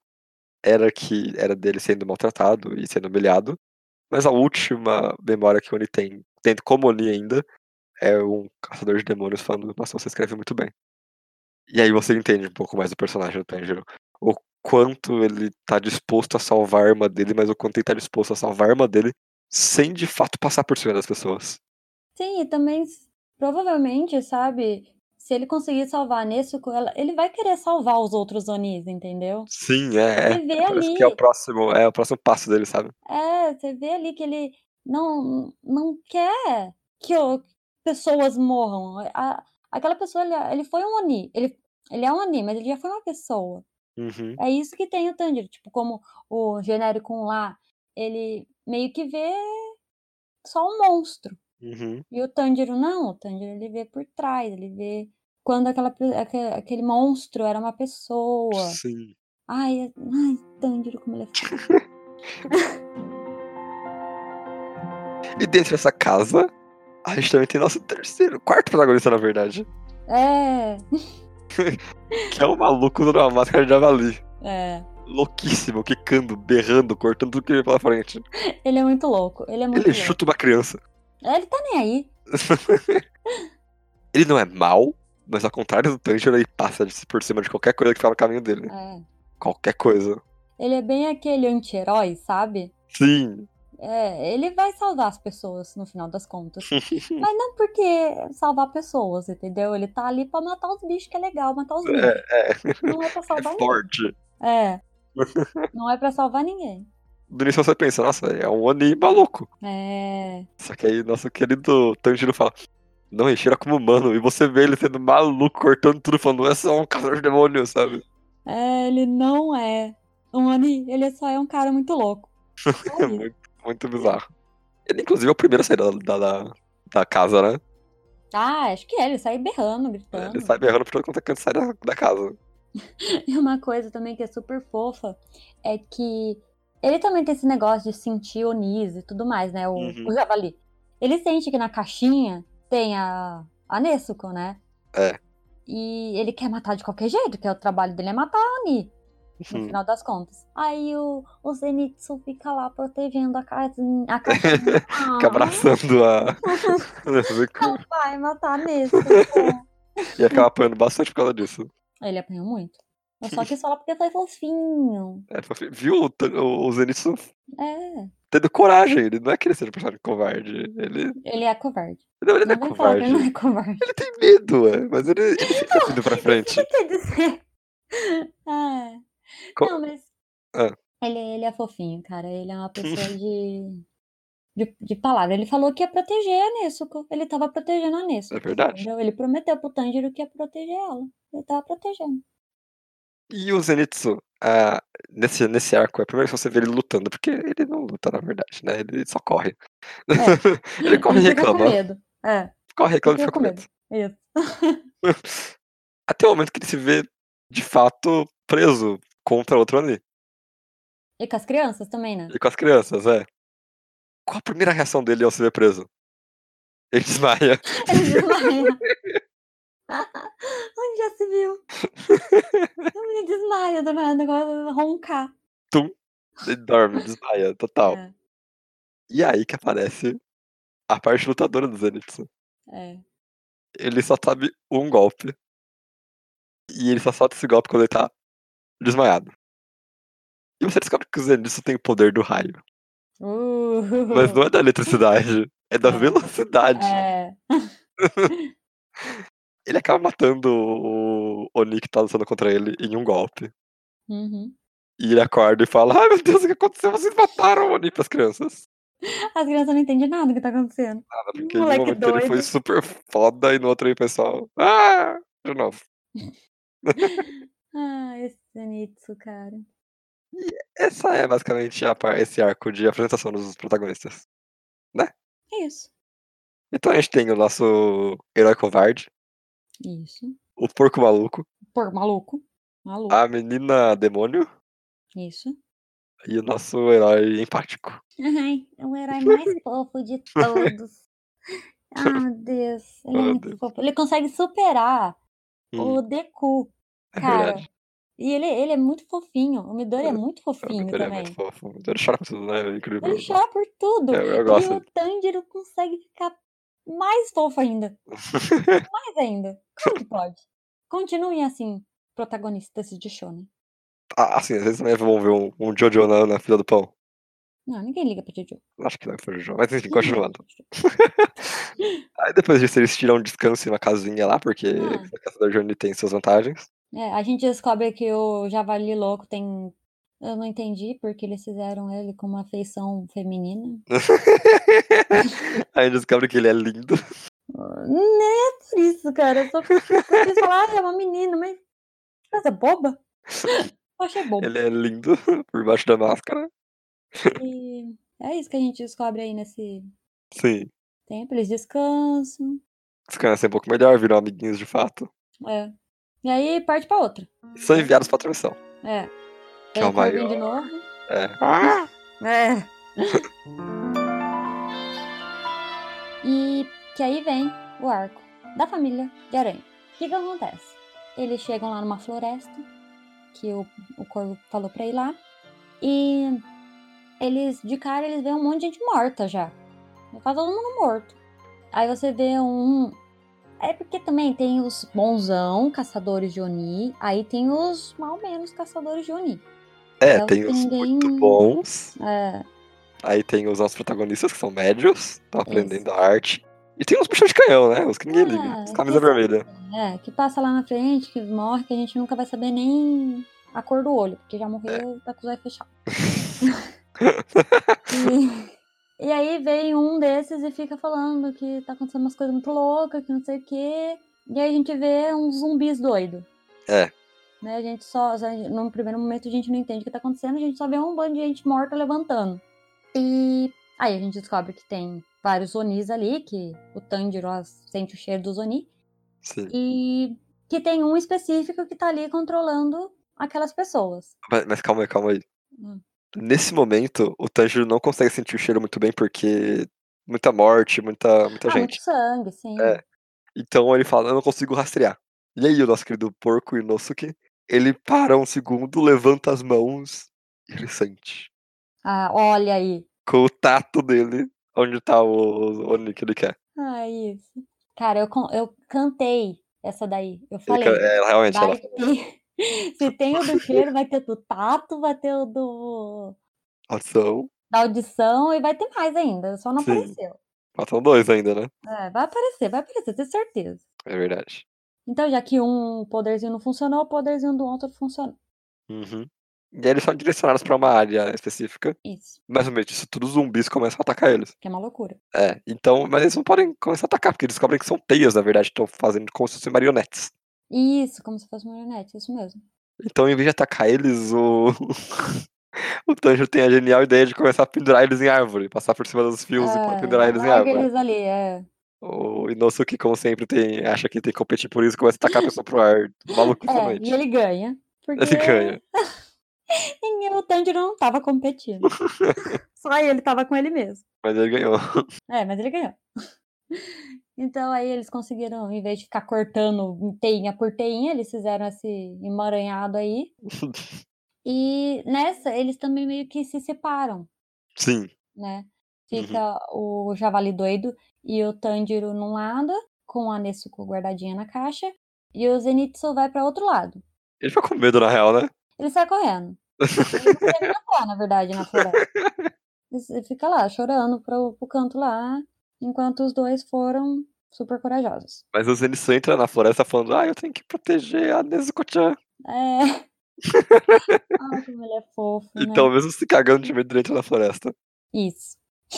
era dele sendo maltratado e sendo humilhado. Mas a última memória que o Oni tem, tendo como Oni ainda, é um caçador de demônios falando, nossa, você escreve muito bem. E aí você entende um pouco mais do personagem do Tanjiro. O quanto ele tá disposto a salvar a arma dele, mas o quanto ele tá disposto a salvar a arma dele sem de fato passar por cima das pessoas. Sim, e também, provavelmente, sabe, se ele conseguir salvar nesse com ela, ele vai querer salvar os outros Onis, entendeu? Sim, Você vê parece que é ali, o próximo passo dele, sabe? você vê ali que ele não quer que pessoas morram. Aquela pessoa, ele foi um Oni, ele é um Oni, mas ele já foi uma pessoa. Uhum, É isso que tem o Tanjiro, tipo, como o genérico 1 lá, ele meio que vê só um monstro. uhum. E o Tanjiro não, o Tanjiro ele vê por trás, ele vê quando aquele monstro era uma pessoa. Sim. Ai, Tanjiro, como ele é foda. E dentro dessa casa, a gente também tem nosso quarto protagonista, na verdade. É, Que é o maluco usando uma máscara de javali. é. Louquíssimo, quicando, berrando, cortando tudo que vem pela frente. Ele é muito louco, ele é muito Ele louco. chuta uma criança. Ele tá nem aí. Ele não é mal, mas ao contrário do Tanjiro, ele passa por cima de qualquer coisa que fala no caminho dele. É. Qualquer coisa. Ele é bem aquele anti-herói, sabe? Sim. É, ele vai salvar as pessoas no final das contas. Mas não porque salvar pessoas, entendeu? Ele tá ali pra matar os bichos, que é legal matar os bichos. É Não é pra é salvar ninguém. forte. É, não é pra salvar ninguém. do início você pensa, nossa, é um Oni maluco. É. Só que aí nosso querido Tanjiro fala, não, ele cheira como humano. E você vê ele sendo maluco, cortando tudo, falando, é só um caçador de demônios, sabe? É, ele não é um Oni, ele só é um cara muito louco. Só É isso. muito, muito bizarro. Ele, inclusive, é o primeiro a sair da casa, né? Ah, acho que é, ele sai berrando, Ele gritando. sai berrando por todo quanto é canto, sai da casa. E uma coisa também que é super fofa é que ele também tem esse negócio de sentir Onis e tudo mais, né? O Uhum. Javali. Ele sente que na caixinha tem a Nezuko, né? É. E ele quer matar de qualquer jeito, que é o trabalho dele é matar a Oni, no Uhum. final das contas. Aí o Zenitsu fica lá protegendo a caixinha. Fica abraçando a. Não vai matar a Nezuko. E acaba apanhando bastante por causa disso. Ele apanhou muito. Só que só porque foi fofinho. É, viu o Zenitsu É, tendo coragem, ele não é que ele seja um personagem covarde. Ele. ele é covarde. Não, ele não é Não vem falar que ele não covarde. é covarde. Ele tem medo, mas ele sempre tá indo pra Isso frente. quer dizer. Ah, não, mas Ah. ele é fofinho, cara. Ele é uma pessoa de palavra. Ele falou que ia proteger a Nezuko. Ele tava protegendo a Nezuko. É verdade. Entendeu? Ele prometeu pro Tanjiro que ia proteger ela. Ele tava protegendo. E o Zenitsu, nesse arco, é a primeira vez que você vê ele lutando, porque ele não luta, na verdade, né? Ele só corre. Ele corre e Ele fica com reclama. medo. É, Corre, ele reclama e fica fica com com medo. medo. Isso. Até o momento que ele se vê, de fato, preso contra outro ali. E com as crianças também, né? E com as crianças, é. Qual a primeira reação dele ao se ver preso? Ele desmaia. Ele desmaia. Onde já se viu? Ele desmaia do nada, negócio de roncar. Tum. Ele dorme, desmaia, total. É, E aí que aparece a parte lutadora do Zenitsu. é. Ele só sabe um golpe. E ele só solta esse golpe quando ele tá desmaiado. E você descobre que o Zenitsu tem o poder do raio. Mas não é da eletricidade, é da velocidade. É. Ele acaba matando o Oni que tá lutando contra ele em um golpe. Uhum. E ele acorda e fala, ai meu Deus, o que aconteceu? Vocês mataram o Oni pras crianças. As crianças não entendem nada do que tá acontecendo. Nada, porque em um Moleque momento ele foi doido. super foda e no outro aí o pessoal, de novo. Ah, esse Zenitsu, cara. Essa é basicamente esse arco de apresentação dos protagonistas, né? É isso. Então a gente tem o nosso herói covarde, Isso. o porco maluco, Por maluco. Maluco. a menina demônio Isso. e o nosso herói empático. Ai, é o herói mais fofo de todos. Ah, meu Deus. Ele é Meu muito Deus. fofo. Ele consegue superar o Hum, Deku, é cara. verdade. E ele é muito fofinho. O Midori é muito O fofinho Midori é muito também. fofo. O Midori chora com tudo, né? É Ele incrível. chora por tudo. Eu E gosto. o Tanjiro consegue ficar mais fofo ainda. Mais ainda. Como que pode? Continuem assim, protagonistas de shonen. Assim, às vezes também vão ver um Jojo na fila do pão. Não, ninguém liga pra Jojo. Acho que não foi Jojo. Mas enfim, Ninguém liga continuando. pra Jojo. Aí depois disso eles tiram um descanso em uma casinha lá, porque Ah. a Caçador de Oni tem suas vantagens. É, a gente descobre que o Javali Louco tem. Eu não entendi porque eles fizeram ele com uma feição feminina. Aí a gente descobre que ele é lindo. Não é por isso, cara. Só porque eles falaram, é uma menina, mas. Que coisa boba. Eu achei bobo. Ele é lindo por baixo da máscara. E é isso que a gente descobre aí nesse Sim. tempo. Eles descansam. Os caras um pouco melhor, viram amiguinhos de fato. É. E aí parte pra outra. E são enviados pra missão. É. Que Aí é o o Carvin maior. de novo. É. É. E que aí vem o arco da família de aranha. O que acontece? Eles chegam lá numa floresta, que o Corvo falou pra ir lá, e eles, de cara, eles veem um monte de gente morta já. Tá todo mundo morto. Aí você vê um... É porque também tem os bonzão caçadores de Oni, aí tem os mal menos caçadores de Oni. É, tem os muito bons. É. Aí tem os nossos protagonistas, que são médios, estão aprendendo a arte. E tem os bichos de canhão, né? Os que ninguém liga. Os camisa vermelha. Que passa lá na frente, que morre, que a gente nunca vai saber nem a cor do olho, porque já morreu, tá com os olhos fechados. E aí vem um desses e fica falando que tá acontecendo umas coisas muito loucas, que não sei o quê. E aí a gente vê uns zumbis doidos. É. Né? A gente só, no primeiro momento a gente não entende o que tá acontecendo, a gente só vê um bando de gente morta levantando. E aí a gente descobre que tem vários Onis ali, que o Tanjiro sente o cheiro dos Oni. Sim. E que tem um específico que tá ali controlando aquelas pessoas. Mas calma aí. Nesse momento, o Tanjiro não consegue sentir o cheiro muito bem porque muita morte, muita Muito gente. sangue, sim. É. Então ele fala, eu não consigo rastrear. E aí o nosso querido porco Inosuke, ele para um segundo, levanta as mãos e ele sente. Olha aí. Com o tato dele, onde tá o Oni que ele quer. Isso. Cara, eu cantei essa daí. Eu falei, Realmente, ela vai ter. Se tem o do cheiro, vai ter do tato, vai ter o ação. da audição e vai ter mais ainda. Só não Sim. apareceu. Faltam 2 ainda, né? Vai aparecer, tenho certeza. É verdade. Então, já que um poderzinho não funcionou, o poderzinho do outro funcionou. Uhum. E aí eles são direcionados pra uma área específica. Isso. Mais ou menos disso, tudo zumbis começam a atacar eles. Que é uma loucura. Então, mas eles não podem começar a atacar, porque eles descobrem que são teias, na verdade, estão fazendo como se fossem marionetes. Isso, como se fosse marionete, isso mesmo. Então, em vez de atacar eles, o Tanjiro tem a genial ideia de começar a pendurar eles em árvore, passar por cima dos fios e pendurar eles em Larga árvore. eles ali. O Inosuke, como sempre, acha que tem que competir por isso, começa a tacar a pessoa pro ar, E maluquicamente. ele ganha. Porque Ele ganha. o Tanjiro não tava competindo. Só ele tava com ele mesmo. Mas ele ganhou. Mas ele ganhou. Então aí eles conseguiram, em vez de ficar cortando teinha por teinha, eles fizeram esse emaranhado aí. E nessa, eles também meio que se separam, Sim. né? Uhum. Fica o Javali doido e o Tanjiro num lado, com a Nezuko guardadinha na caixa, e o Zenitsu vai para outro lado. Ele ficou com medo, na real, né? Ele sai correndo. Ele não quer nem andar, na verdade, na floresta. Ele fica lá, chorando pro canto lá, enquanto os dois foram super corajosos. Mas o Zenitsu entra na floresta falando, eu tenho que proteger a Nezuko-chan. Como ele é fofo, né? Então, mesmo se cagando de medo, ele entra na floresta. Isso.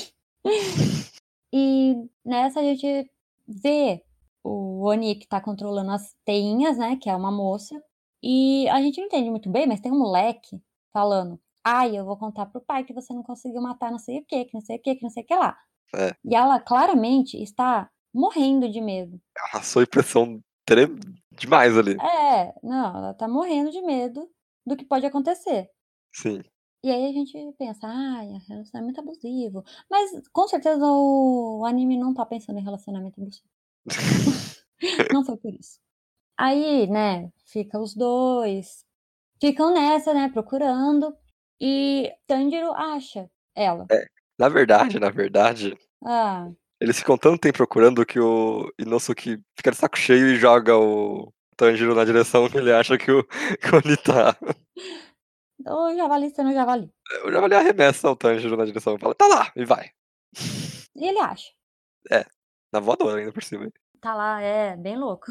E nessa a gente vê o Oni que tá controlando as teinhas, né? Que é uma moça. E a gente não entende muito bem, mas tem um moleque falando: eu vou contar pro pai que você não conseguiu matar não sei o que não sei o que não sei o que lá. É. E ela claramente está morrendo de medo. A sua impressão demais ali. Não, ela tá morrendo de medo do que pode acontecer. Sim. E aí a gente pensa, relacionamento abusivo. Mas com certeza o anime não tá pensando em relacionamento abusivo. Não foi por isso. Aí, né, fica os dois. Ficam nessa, né, procurando. E Tanjiro acha ela. Na verdade, eles ficam tanto tempo procurando que o Inosuke fica de saco cheio e joga o Tanjiro na direção que ele acha que o Oni tá. O javali sendo javali. O Javali arremessa o Tanjiro na direção e fala, tá lá, e vai. E ele acha. Na voadora ainda por cima. Tá lá, bem louco.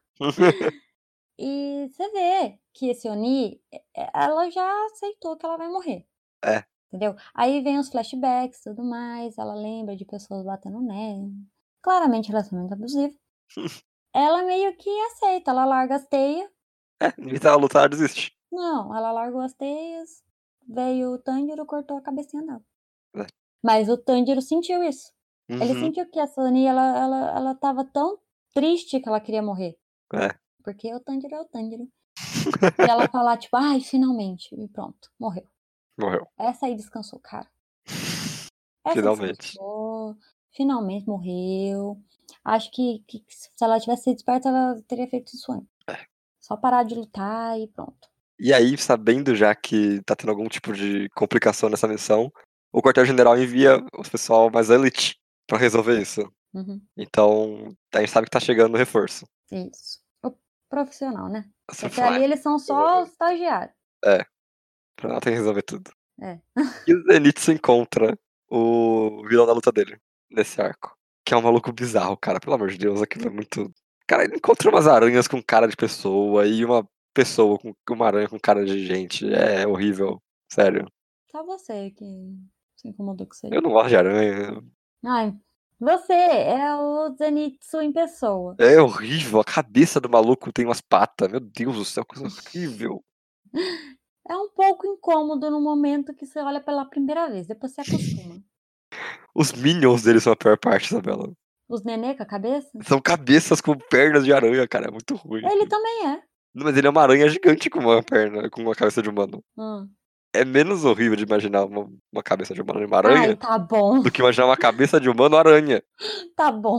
E você vê que esse Oni, ela já aceitou que ela vai morrer. Entendeu? Aí vem os flashbacks e tudo mais, ela lembra de pessoas batendo nela. Claramente relacionamento abusivo. Ela meio que aceita, ela larga as teias. Em vez dela lutar, ela desiste. Não, ela largou as teias, veio o Tanjiro, cortou a cabecinha dela. É. Mas o Tanjiro sentiu isso. Ele Uhum. sentiu que a Sunny, ela tava tão triste que ela queria morrer. Porque o Tanjiro é o Tanjiro. E ela falar, tipo, finalmente. E pronto, morreu. Morreu. Essa aí descansou, cara. Essa Finalmente. descansou, finalmente morreu. Acho que se ela tivesse sido esperta, ela teria feito isso antes. Só parar de lutar e pronto. E aí, sabendo já que tá tendo algum tipo de complicação nessa missão, o quartel-general envia o pessoal mais elite pra resolver isso. Uhum. Então, a gente sabe que tá chegando o reforço. Isso. O profissional, né? Você Porque ali eles são só os estagiários. Pra ela ter que resolver tudo. É. E o Zenitsu encontra o vilão da luta dele, nesse arco. Que é um maluco bizarro, cara. Pelo amor de Deus, aquilo é muito... Cara, ele encontra umas aranhas com cara de pessoa e uma pessoa com uma aranha com cara de gente. É horrível. Sério. Só você que se incomodou com isso aí. Eu não gosto de aranha. Ai, você é o Zenitsu em pessoa. É horrível, a cabeça do maluco tem umas patas. Meu Deus do céu, coisa horrível. É um pouco incômodo no momento que você olha pela primeira vez, depois você acostuma. Os minions dele são a pior parte, Isabela. Os nenê com a cabeça? São cabeças com pernas de aranha, cara. É muito ruim. Ele também é. Não, mas ele é uma aranha gigante com uma perna, com uma cabeça de humano. Hum. É menos horrível de imaginar uma cabeça de humano e uma Ai, aranha tá bom, do que imaginar uma cabeça de humano aranha. tá bom.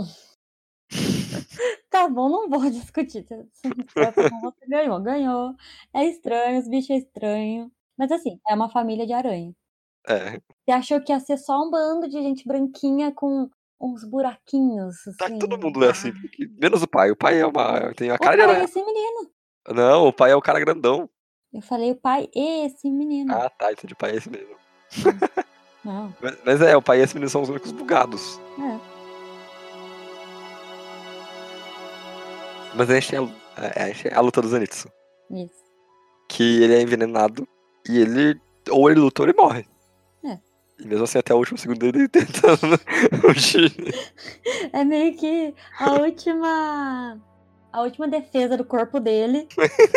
Tá bom, não vou discutir. Você ganhou, ganhou. É estranho, os bichos é estranho. Mas assim, é uma família de aranha. É. Você achou que ia ser só um bando de gente branquinha com uns buraquinhos, Tá, assim. todo mundo é assim, menos o pai. O pai é uma. Tem a O cara de pai é aranha. esse menino. Não, o pai é o cara grandão. Eu falei, o pai é esse menino. Ah, tá, entendi. O pai é esse mesmo. Não, Mas é, o pai e esse menino são os únicos bugados. é. Mas a gente tem a luta do Zenitsu. Isso. Que ele é envenenado e ele. Ou ele luta ou ele morre. É. E mesmo assim, até o último segundo ele tentando fugir. É meio que a última defesa do corpo dele.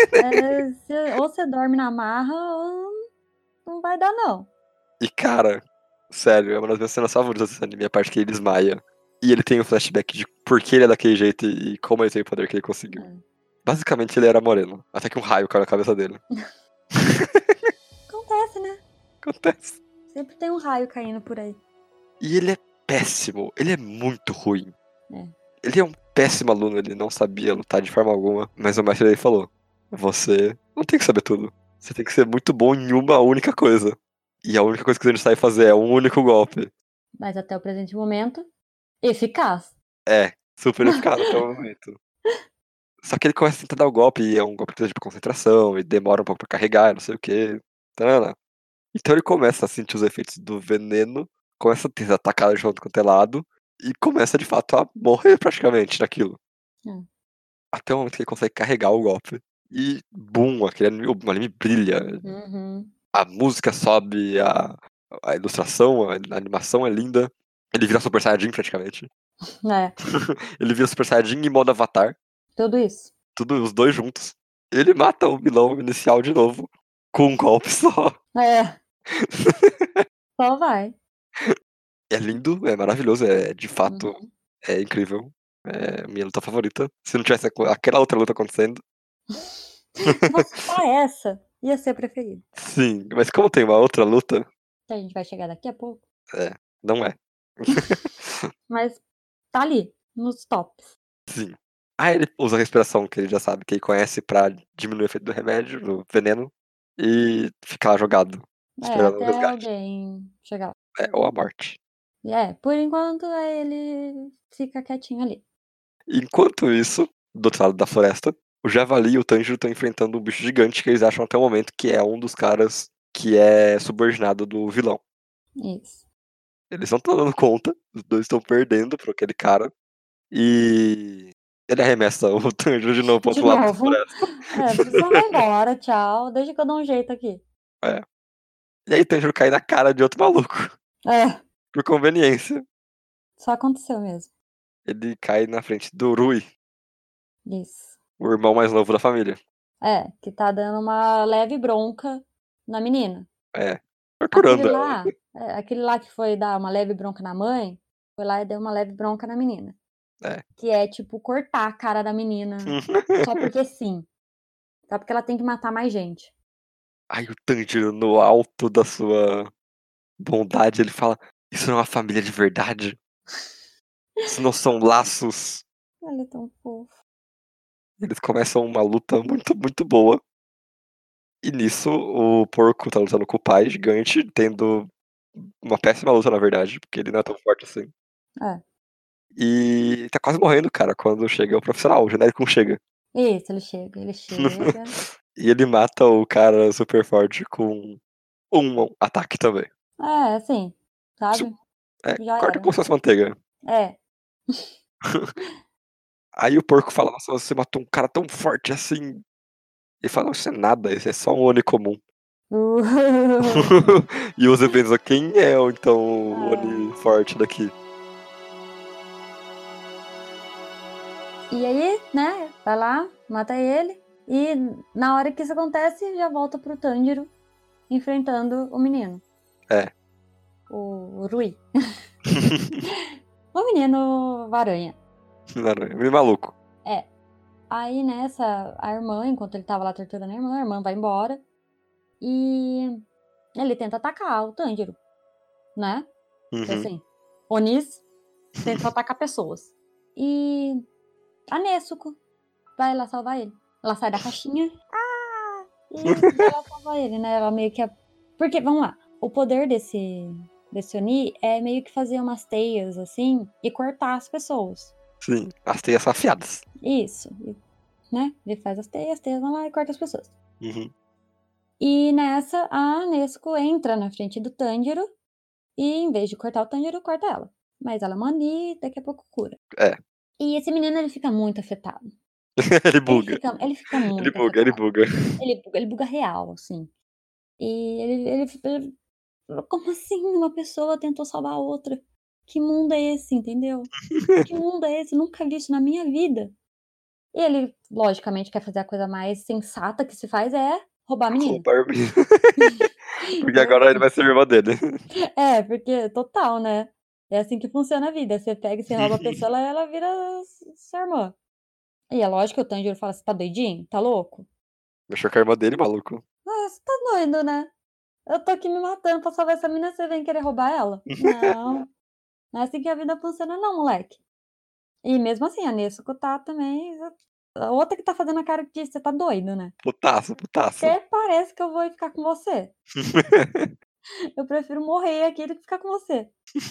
Ou você dorme na marra ou não vai dar, não. E cara, sério, é uma das minhas cenas favoritas desse anime, a parte que ele desmaia. E ele tem um flashback de por que ele é daquele jeito e como ele tem o poder que ele conseguiu. É. Basicamente, ele era moreno. Até que um raio caiu na cabeça dele. Acontece, né? Acontece. Sempre tem um raio caindo por aí. E ele é péssimo. Ele é muito ruim. É. Ele é um péssimo aluno, ele não sabia lutar de forma alguma. Mas o mestre dele falou: você não tem que saber tudo. Você tem que ser muito bom em uma única coisa. E a única coisa que a gente sabe fazer é um único golpe. Mas até o presente momento, eficaz. É, super eficaz até o momento. Só que ele começa a tentar dar o golpe, e é um golpe que precisa de concentração, e demora um pouco pra carregar, não sei o que. Então ele começa a sentir os efeitos do veneno, começa a ter atacado junto com o telado, e começa de fato a morrer praticamente naquilo. Hum. Até o momento que ele consegue carregar o golpe. E, boom, o anime brilha. Uhum. A música sobe, a ilustração, a animação é linda. Ele vira Super Saiyajin praticamente. É, Ele vira Super Saiyajin em modo Avatar. tudo isso. Tudo, os dois juntos. Ele mata o vilão inicial de novo. Com um golpe só. É, só vai. É lindo, é maravilhoso, é de fato, Uhum. é incrível. É minha luta favorita. Se não tivesse aquela outra luta acontecendo. Nossa, só essa ia ser preferida. Sim, mas como tem uma outra luta, Que a gente vai chegar daqui a pouco. não é. Mas tá ali, nos tops. Sim. Ah, ele usa a respiração, que ele já sabe, que ele conhece pra diminuir o efeito do remédio, do veneno, e ficar lá jogado, É, esperando o até resgate. alguém chegar lá. Ou a morte. Por enquanto ele fica quietinho ali. Enquanto isso, do outro lado da floresta, o Javali e o Tanjiro estão enfrentando um bicho gigante que eles acham até o momento que é um dos caras que é subordinado do vilão. Isso. Eles não estão dando conta, os dois estão perdendo pra aquele cara. E ele arremessa o Tanjiro de novo pro De outro lado da novo. floresta. Só vai embora, tchau. Deixa que eu dou um jeito aqui. É. E aí o Tanjiro cai na cara de outro maluco, É, por conveniência. só aconteceu mesmo. Ele cai na frente do Rui, Isso. o irmão mais novo da família. É, que tá dando uma leve bronca na menina. É. Aquele Torturando ela. lá, aquele lá que foi dar uma leve bronca na mãe, foi lá e deu uma leve bronca na menina. É. Que é, tipo, cortar a cara da menina só porque sim. Só porque ela tem que matar mais gente. Aí o Tanjiro, no alto da sua bondade, ele fala: isso não é uma família de verdade? Isso não são laços? Ela é tão fofa. Eles começam uma luta muito, muito boa. E nisso, o porco tá lutando com o pai gigante, tendo uma péssima luta, na verdade, porque ele não é tão forte assim. É. E tá quase morrendo, cara, quando chega o profissional, o genérico não chega. Isso, ele chega, ele chega. E ele mata o cara super forte com um ataque também. É, assim, sabe? Já Corta era. como se fosse manteiga. É. Aí o porco fala: nossa, você matou um cara tão forte assim. Ele fala: não, isso é nada, isso é só um Oni comum. E você pensa, quem é então o Ah. Oni forte daqui? E aí, né, vai lá, mata ele. E na hora que isso acontece, já volta pro Tanjiro enfrentando o menino. É. O Rui. O menino Varanha. Meio maluco. É. Aí nessa, a irmã, enquanto ele tava lá torturando a irmã vai embora. E ele tenta atacar o Tanjiro, né? Porque Uhum. assim, Onis tentam atacar pessoas. E a Nezuko vai lá salvar ele. Ela sai da caixinha. E vai lá salvar ele, né? Ela meio que. Porque, vamos lá. O poder desse Oni é meio que fazer umas teias assim e cortar as pessoas. Sim, as teias são afiadas. Isso. Né? Ele faz as teias vão lá e corta as pessoas. Uhum. E nessa, a Nezuko entra na frente do Tanjiro e, em vez de cortar o Tanjiro, corta ela. Mas ela é uma Oni, daqui a pouco cura. É. E esse menino, ele fica muito afetado. Ele buga. Ele fica Ele muito buga, ele afetado. buga. Ele buga real, assim. E ele como assim uma pessoa tentou salvar a outra? Que mundo é esse, entendeu? Que mundo é esse? Nunca vi isso na minha vida. E ele, logicamente, quer fazer a coisa mais sensata que se faz é roubar a menina. Roubar porque agora ele vai ser irmã dele. É, porque total, né? É assim que funciona a vida. Você pega e você rouba a pessoa, ela vira sua irmã. E é lógico que o Tanjiro fala: você tá doidinho? Tá louco? Mexeu com a irmã dele, maluco. Ah, você tá doido, né? Eu tô aqui me matando pra salvar essa menina, você vem querer roubar ela? Não, não é assim que a vida funciona, não, moleque. E mesmo assim, a Nezuko tá também. A outra que tá fazendo a cara de você tá doido, né? Putaço, putaço. Até parece que eu vou ficar com você. Eu prefiro morrer aqui do que ficar com você.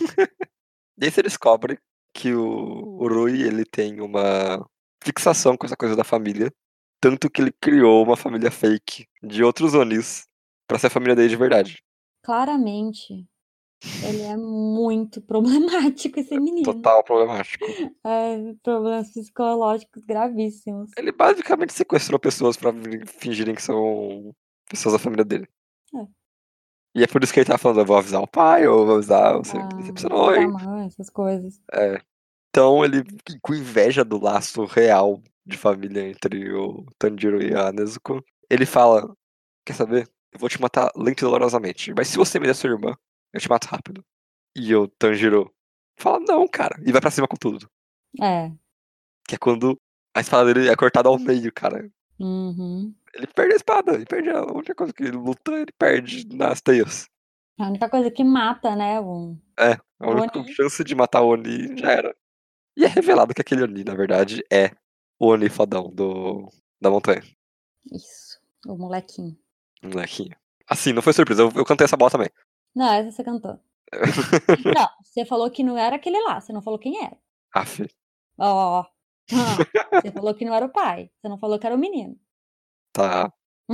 E aí você descobre que o Rui, ele tem uma fixação com essa coisa da família. Tanto que ele criou uma família fake de outros Onis pra ser a família dele de verdade. Claramente, ele é muito problemático, esse menino. Total problemático. É, problemas psicológicos gravíssimos. Ele basicamente sequestrou pessoas pra fingirem que são pessoas da família dele. É. E é por isso que ele tá falando, eu vou avisar o pai, ou vou avisar, você me decepcionou, Da hein? mãe, essas coisas. É. Então ele, com inveja do laço real de família entre o Tanjiro e a Nezuko, ele fala, quer saber? Eu vou te matar lento e dolorosamente, mas se você me der sua irmã, eu te mato rápido. E o Tanjiro fala, não, cara, e vai pra cima com tudo. É. Que é quando a espada dele é cortada ao meio, cara. Uhum. Ele perde a espada, ele perde a única coisa que ele luta, ele perde nas teias. A única coisa que mata, né, É, a o única Oni. chance de matar o Oni já era. E é revelado que aquele Oni, na verdade, é o Oni fodão da montanha. Isso, o molequinho. Molequinho. Assim, não foi surpresa, eu cantei essa bola também. Não, essa você cantou. Não, você falou que não era aquele lá, você não falou quem era. Aff. Ó, você falou que não era o pai, você não falou que era o menino. Tá.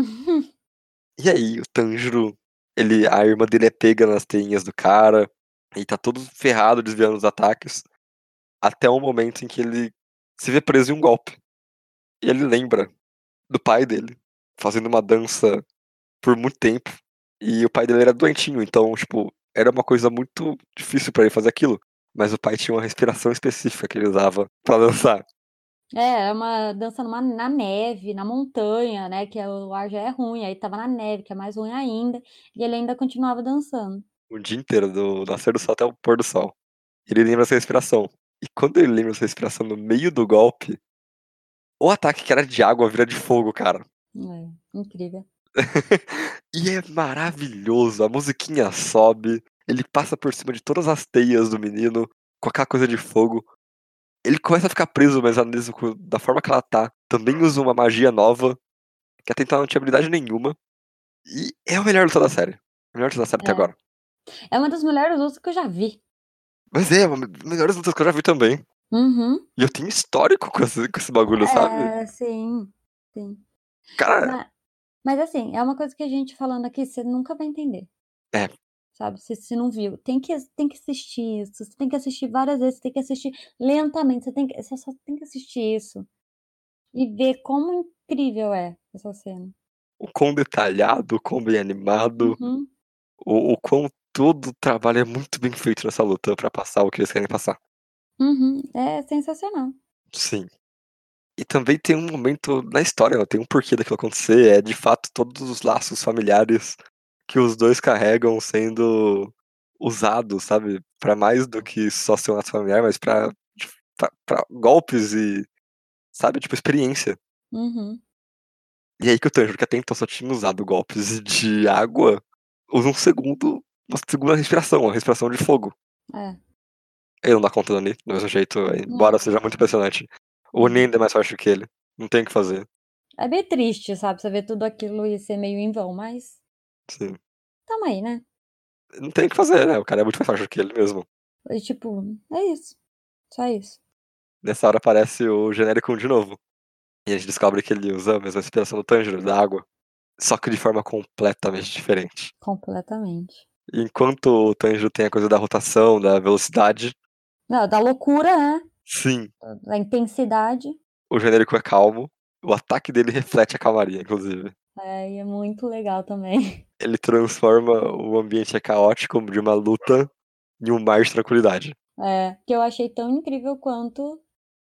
E aí, o Tanjiro, a irmã dele é pega nas teinhas do cara, e tá todo ferrado desviando os ataques, até o momento em que ele se vê preso em um golpe. E ele lembra do pai dele, fazendo uma dança por muito tempo. E o pai dele era doentinho, então, tipo, era uma coisa muito difícil pra ele fazer aquilo. Mas o pai tinha uma respiração específica que ele usava pra dançar. É uma dança na neve, na montanha, né, que o ar já é ruim, aí tava na neve, que é mais ruim ainda, e ele ainda continuava dançando. O dia inteiro, do nascer do sol até o pôr do sol. Ele lembra essa respiração. E quando ele lembra essa respiração no meio do golpe, o ataque que era de água vira de fogo, cara. É, incrível. E é maravilhoso. A musiquinha sobe, ele passa por cima de todas as teias do menino, com aquela coisa de fogo. Ele começa a ficar preso, mas a Nezuko, da forma que ela tá, também usa uma magia nova, que até então não tinha habilidade nenhuma. E é o melhor luta da série. O melhor luta da série até É. agora. É uma das melhores lutas que eu já vi. Mas é, uma das melhores lutas que eu já vi também. Uhum. E eu tenho histórico com esse bagulho, sabe? É, sim, sim. Cara, Mas assim, é uma coisa que a gente falando aqui, você nunca vai entender, é. sabe? Se não viu. Tem que assistir isso. Você tem que assistir várias vezes, você tem que assistir lentamente. Você só tem que assistir isso. E ver como incrível é essa cena. o quão detalhado, o quão bem animado, Uhum, o quão todo o trabalho é muito bem feito nessa luta pra passar o que eles querem passar. uhum. É sensacional. Sim. E também tem um momento na história, tem um porquê daquilo acontecer, é de fato todos os laços familiares que os dois carregam sendo usados, sabe, pra mais do que só ser um laço familiar, mas pra golpes e, sabe, tipo, experiência. Uhum. E aí que o Tanjiro, que até então só tinha usado golpes de água, usa uma segunda respiração, uma respiração de fogo. É. Ele não dá conta do Oni, do mesmo jeito, embora Não. seja muito impressionante. O Oni Uhum. ainda é mais forte que ele, não tem o que fazer. É bem triste, sabe, você ver tudo aquilo e ser meio em vão, mas Sim. tamo aí, né. Não tem o que fazer, né, o cara é muito mais forte que ele mesmo. E tipo, é isso, só isso. Nessa hora aparece o Genericum de novo, e a gente descobre que ele usa a mesma respiração do Tanjiro, da água, só que de forma completamente diferente. Completamente. E enquanto o Tanjiro tem a coisa da rotação, da velocidade, Não, da loucura, né, sim, da intensidade. o Genérico é calmo, o ataque dele reflete a calmaria, inclusive. É, e é muito legal também. Ele transforma o ambiente caótico de uma luta em um mar de tranquilidade. É, que eu achei tão incrível quanto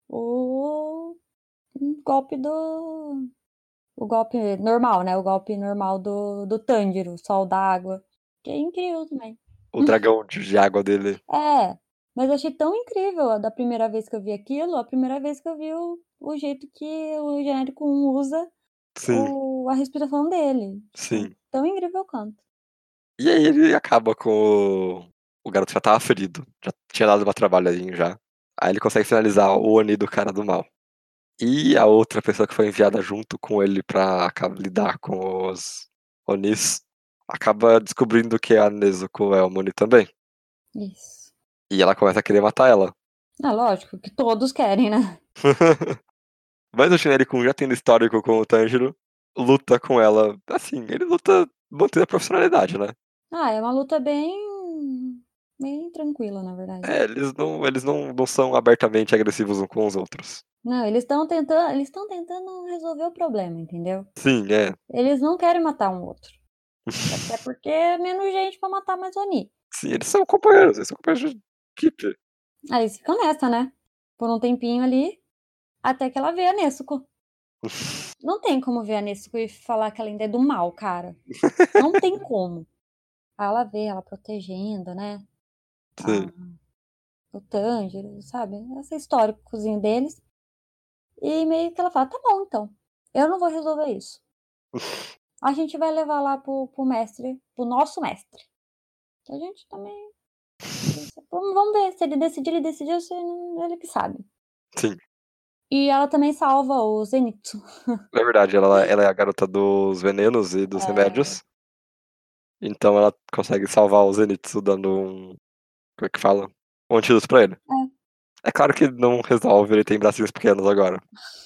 o golpe do o golpe normal, né, o golpe normal do Tanjiro, sol d'água, que é incrível também. O dragão de água dele, É, mas eu achei tão incrível da primeira vez que eu vi aquilo, a primeira vez que eu vi o jeito que o genérico 1 usa sim, a respiração dele, tipo, sim. tão incrível quanto. E aí ele acaba com o garoto já tava ferido, já tinha dado uma trabalhadinha já. Aí ele consegue finalizar o Oni do cara do mal. E a outra pessoa que foi enviada junto com ele pra lidar com os Onis acaba descobrindo que a Nezuko é uma Oni também. Isso. E ela começa a querer matar ela. Ah, lógico que todos querem, né. Mas o Shineri-kun, já tendo histórico com o Tanjiro, luta com ela. Assim, ele luta mantendo a profissionalidade, né? Ah, é uma luta bem tranquila, na verdade. É, eles não são abertamente agressivos uns com os outros. Não, eles estão tentando resolver o problema, entendeu. Sim, é. Eles não querem matar um outro, até porque é menos gente pra matar mais Oni. Sim, eles são companheiros de equipe. Aí eles ficam nessa, né, por um tempinho ali, até que ela vê a Nezuko. Não tem como ver a Nezuko e falar que ela ainda é do mal, cara. Não tem como. Aí ela vê ela protegendo, né, a Sim. o Tanjiro, sabe, essa históricozinho deles, e meio que ela fala: "Tá bom então, eu não vou resolver isso. A gente vai levar lá para o mestre, para o nosso mestre. A gente também vamos ver, se ele decidir, ele decidiu, se não, ele que sabe". Sim. E ela também salva o Zenitsu. É verdade, ela é a garota dos venenos e dos É, remédios. Então ela consegue salvar o Zenitsu dando um. Como é que fala? Um antídoto pra ele. é. É claro que não resolve, ele tem bracinhos pequenos agora.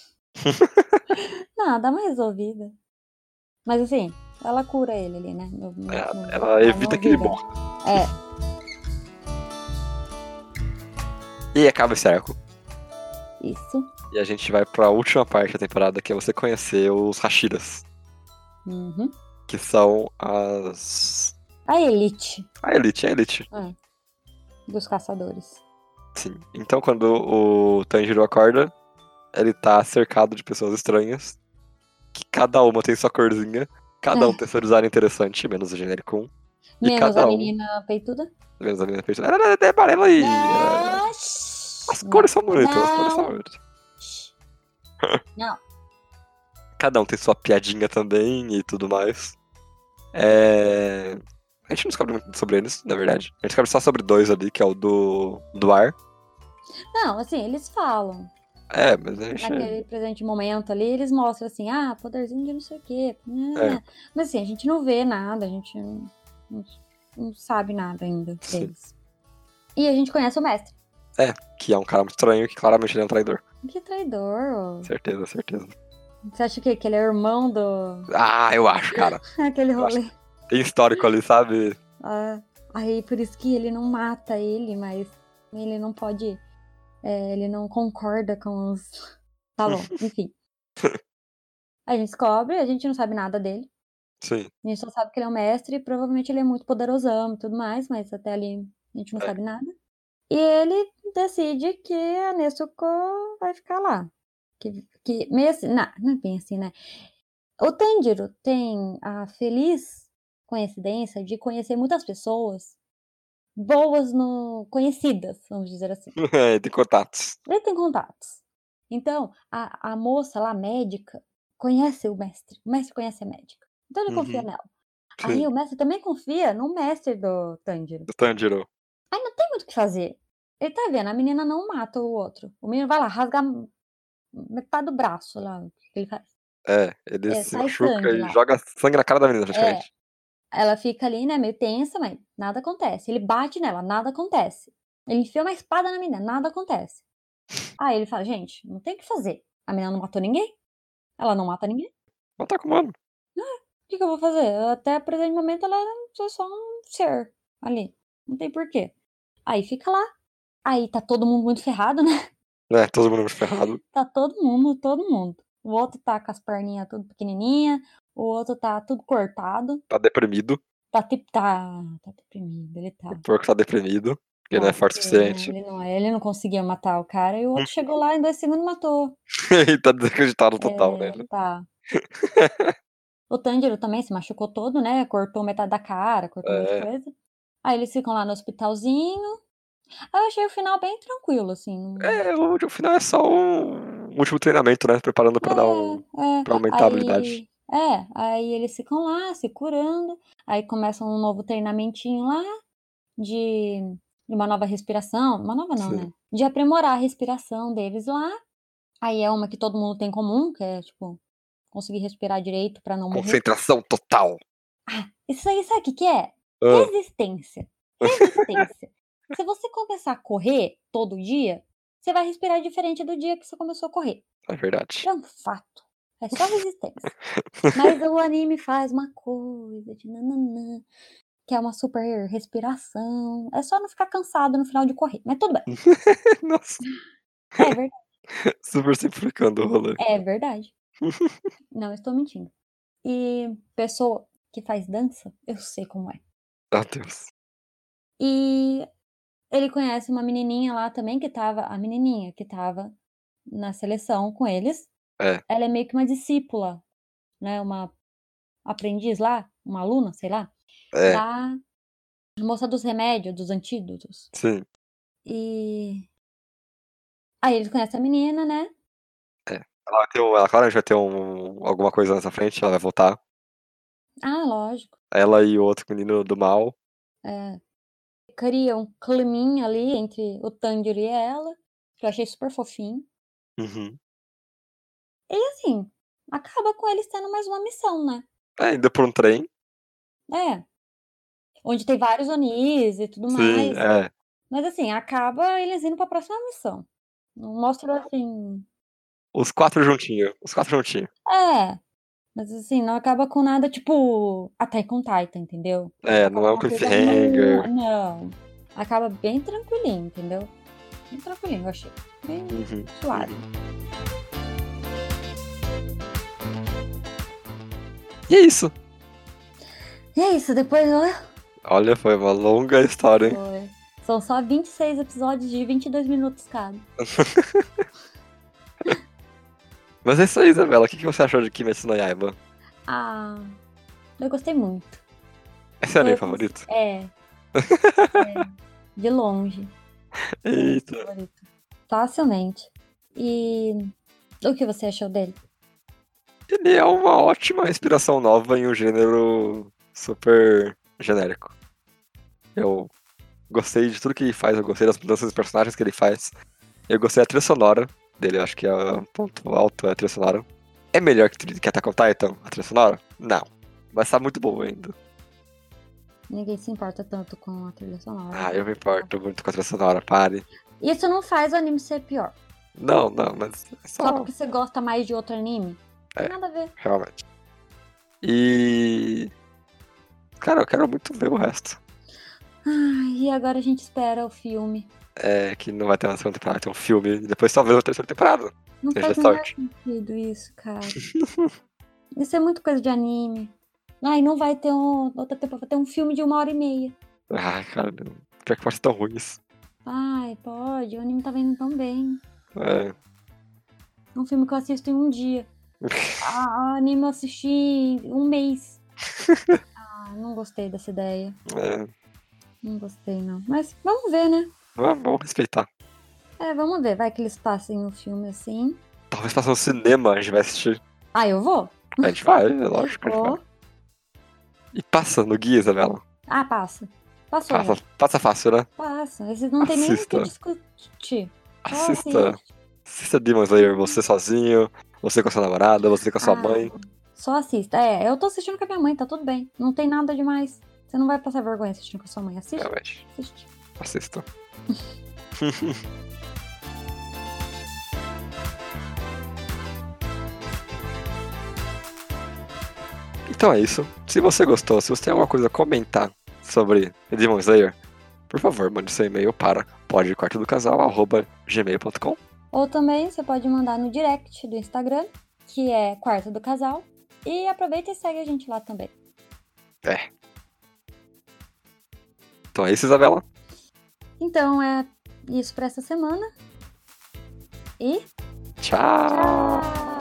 Não, dá uma resolvida. Mas assim, ela cura ele ali, né, Ela ela evita não que ele vira. morra. É, E aí acaba esse arco. isso. E a gente vai pra última parte da temporada, que é você conhecer os Hashiras. Uhum. Que são as. A elite, A elite. dos caçadores. Sim. Então quando o Tanjiro acorda, ele tá cercado de pessoas estranhas, que cada uma tem sua corzinha, cada um É, tem seu design interessante, menos o genérico 1. E menos a cada um, menina peituda. menos a minha pessoa. Ela é amarela e. Não, As não, cores são bonitas, as cores são não, bonitas. não. Cada um tem sua piadinha também e tudo mais. É. A gente não descobre muito sobre eles, na verdade. A gente descobre só sobre dois ali, que é o do ar. Não, assim, eles falam. É, mas a gente. Naquele presente momento ali, eles mostram assim, ah, poderzinho de não sei o quê. É, Mas assim, a gente não vê nada, a gente não, não sabe nada ainda sim. deles. E a gente conhece o mestre. É, que é um cara muito estranho, que claramente ele é um traidor. Que traidor. Certeza, certeza. Você acha que ele é irmão do. Ah, eu acho, cara. Aquele Eu acho rolê. que tem histórico ali, sabe? Ah, aí por isso que ele não mata ele, mas ele não pode. Ele não concorda com os. Tá bom, enfim. A gente descobre, a gente não sabe nada dele. Sim. A gente só sabe que ele é um mestre e provavelmente ele é muito poderosão e tudo mais, mas até ali a gente não sabe nada. E ele decide que a Nezuko vai ficar lá. Que meio assim, não é bem assim, né? O Tanjiro tem a feliz coincidência de conhecer muitas pessoas boas conhecidas, vamos dizer assim. Tem contatos. Ele tem contatos. Então, a moça lá, médica, conhece o mestre conhece a médica. Então ele confia Uhum. nela. Aí Sim. o mestre também confia no mestre do Tanjiro. Do Tanjiro. Aí não tem muito o que fazer. Ele tá vendo, a menina não mata o outro. O menino vai lá, rasga metade do braço lá, o que ele faz. Ele se Sai machuca sangue e lá. joga sangue na cara da menina, É, praticamente. ela fica ali, né, meio tensa, mas nada acontece. Ele bate nela, nada acontece. Ele enfia uma espada na menina, nada acontece. Aí ele fala, gente, não tem o que fazer. A menina não matou ninguém, ela não mata ninguém. Não tá com mano. O que eu vou fazer? Até o presente momento ela era só um ser ali. Não tem porquê. Aí fica lá. Aí tá todo mundo muito ferrado, né? Todo mundo ferrado. Tá todo mundo, todo mundo. O outro tá com as perninhas tudo pequenininha, o outro tá tudo cortado. Tá deprimido. Tá deprimido, ele O tá. porco tá deprimido. Porque não Tá, é forte o porque, né, suficiente. ele não conseguia matar o cara e o outro chegou lá em 2 segundos e matou. E tá desacreditado total É, nele. tá. O Tanjiro também se machucou todo, né? Cortou metade da cara, cortou um monte de coisa. Aí eles ficam lá no hospitalzinho. Aí eu achei o final bem tranquilo, assim. O final é só um último treinamento, né? Preparando pra dar pra aumentar a habilidade. Aí eles ficam lá se curando. Aí começa um novo treinamentinho lá de, de uma nova respiração. Uma nova não, Sim. né? De aprimorar a respiração deles lá. Aí é uma que todo mundo tem em comum, que é, tipo, conseguir respirar direito pra não morrer. Concentração total. Isso aí, sabe o que é? Ah. Resistência. Resistência. Se você começar a correr todo dia, você vai respirar diferente do dia que você começou a correr. É verdade. É um fato. É só resistência. Mas o anime faz uma coisa de nananã, que é uma super respiração. É só não ficar cansado no final de correr. Mas tudo bem. Nossa, É verdade. super simplificando o rolê. É verdade. Não estou mentindo. E pessoa que faz dança, eu sei como é. Meu Deus. E ele conhece uma menininha lá também a menininha que estava na seleção com eles. Ela é meio que uma discípula, né, uma aprendiz lá, uma aluna, sei lá, da moça dos remédios, dos antídotos. Sim. E aí eles conhecem a menina, né? Ela claramente vai ter alguma coisa nessa frente, ela vai voltar. Ah, lógico. Ela e o outro menino do mal. Cria um climinha ali entre o Tanjiro e ela, que eu achei super fofinho. Uhum. E assim, acaba com eles tendo mais uma missão, né? Indo por um trem. Onde tem vários Onis e tudo Sim, mais. é. Mas assim, acaba eles indo pra próxima missão. Não mostra assim. Os quatro juntinhos. Mas assim, não acaba com nada tipo Attack on Titan, entendeu? Não Acaba é com um uma coisa cliffhanger. Não. Acaba bem tranquilinho, entendeu? Bem tranquilinho, eu achei. Bem suave. E é isso. E é isso, depois Olha, foi uma longa história, hein? foi. São só 26 episódios de 22 minutos cada. Mas é isso aí, Isabela. O que você achou de Kimetsu no Yaiba? Ah, eu gostei muito. É seu anime favorito? De longe. Eita. Favorito. Facilmente. E o que você achou dele? Ele é uma ótima inspiração nova em um gênero super genérico. Eu gostei de tudo que ele faz, eu gostei das mudanças dos personagens que ele faz. Eu gostei da trilha sonora dele, eu acho que é o ponto alto, é a trilha sonora. É melhor que Attack on Titan, a trilha sonora? Não. Mas tá muito boa ainda. Ninguém se importa tanto com a trilha sonora. Eu me importo muito com a trilha sonora, pare. Isso não faz o anime ser pior. Não, mas é Só porque você gosta mais de outro anime? Não tem nada a ver. Realmente. E... Cara, eu quero muito ver o resto. E agora a gente espera o filme. Que não vai ter uma segunda temporada, tem um filme, e depois talvez uma terceira temporada. Não Seja faz o menor sorte. sentido isso, cara. Isso é muito coisa de anime. Ai, não vai ter outra temporada, vai ter um filme de 1h30. Ai, cara, pior que pode ser tão ruim isso. Ai, pode, o anime tá vendo tão bem. É. É um filme que eu assisto em um dia. Anime eu assisti em um mês. Não gostei dessa ideia. É. Não gostei, não. Mas vamos ver, né? Vamos respeitar. Vamos ver. Vai que eles passem o filme assim. Talvez faça no cinema, a gente vai assistir. Eu vou? A gente vai, é lógico que a gente vai. E passa no guia, Isabela. Passa. Passou. Passa fácil, né? Passa. Esses não tem nem o que discutir. Assista Demon Slayer, você sozinho, você com a sua namorada, você com a sua mãe. Só assista. Eu tô assistindo com a minha mãe, tá tudo bem. Não tem nada demais. Você não vai passar vergonha assistindo com a sua mãe. Assiste. Realmente. Assiste. Assista. Então é isso. Se você gostou, se você tem alguma coisa a comentar sobre Demon Slayer, por favor, mande seu e-mail para podquartodocasal@gmail.com. Ou também você pode mandar no direct do Instagram, que é Quarto do Casal. E aproveita e segue a gente lá também. Então é isso, Isabela. Então é isso pra essa semana. E Tchau!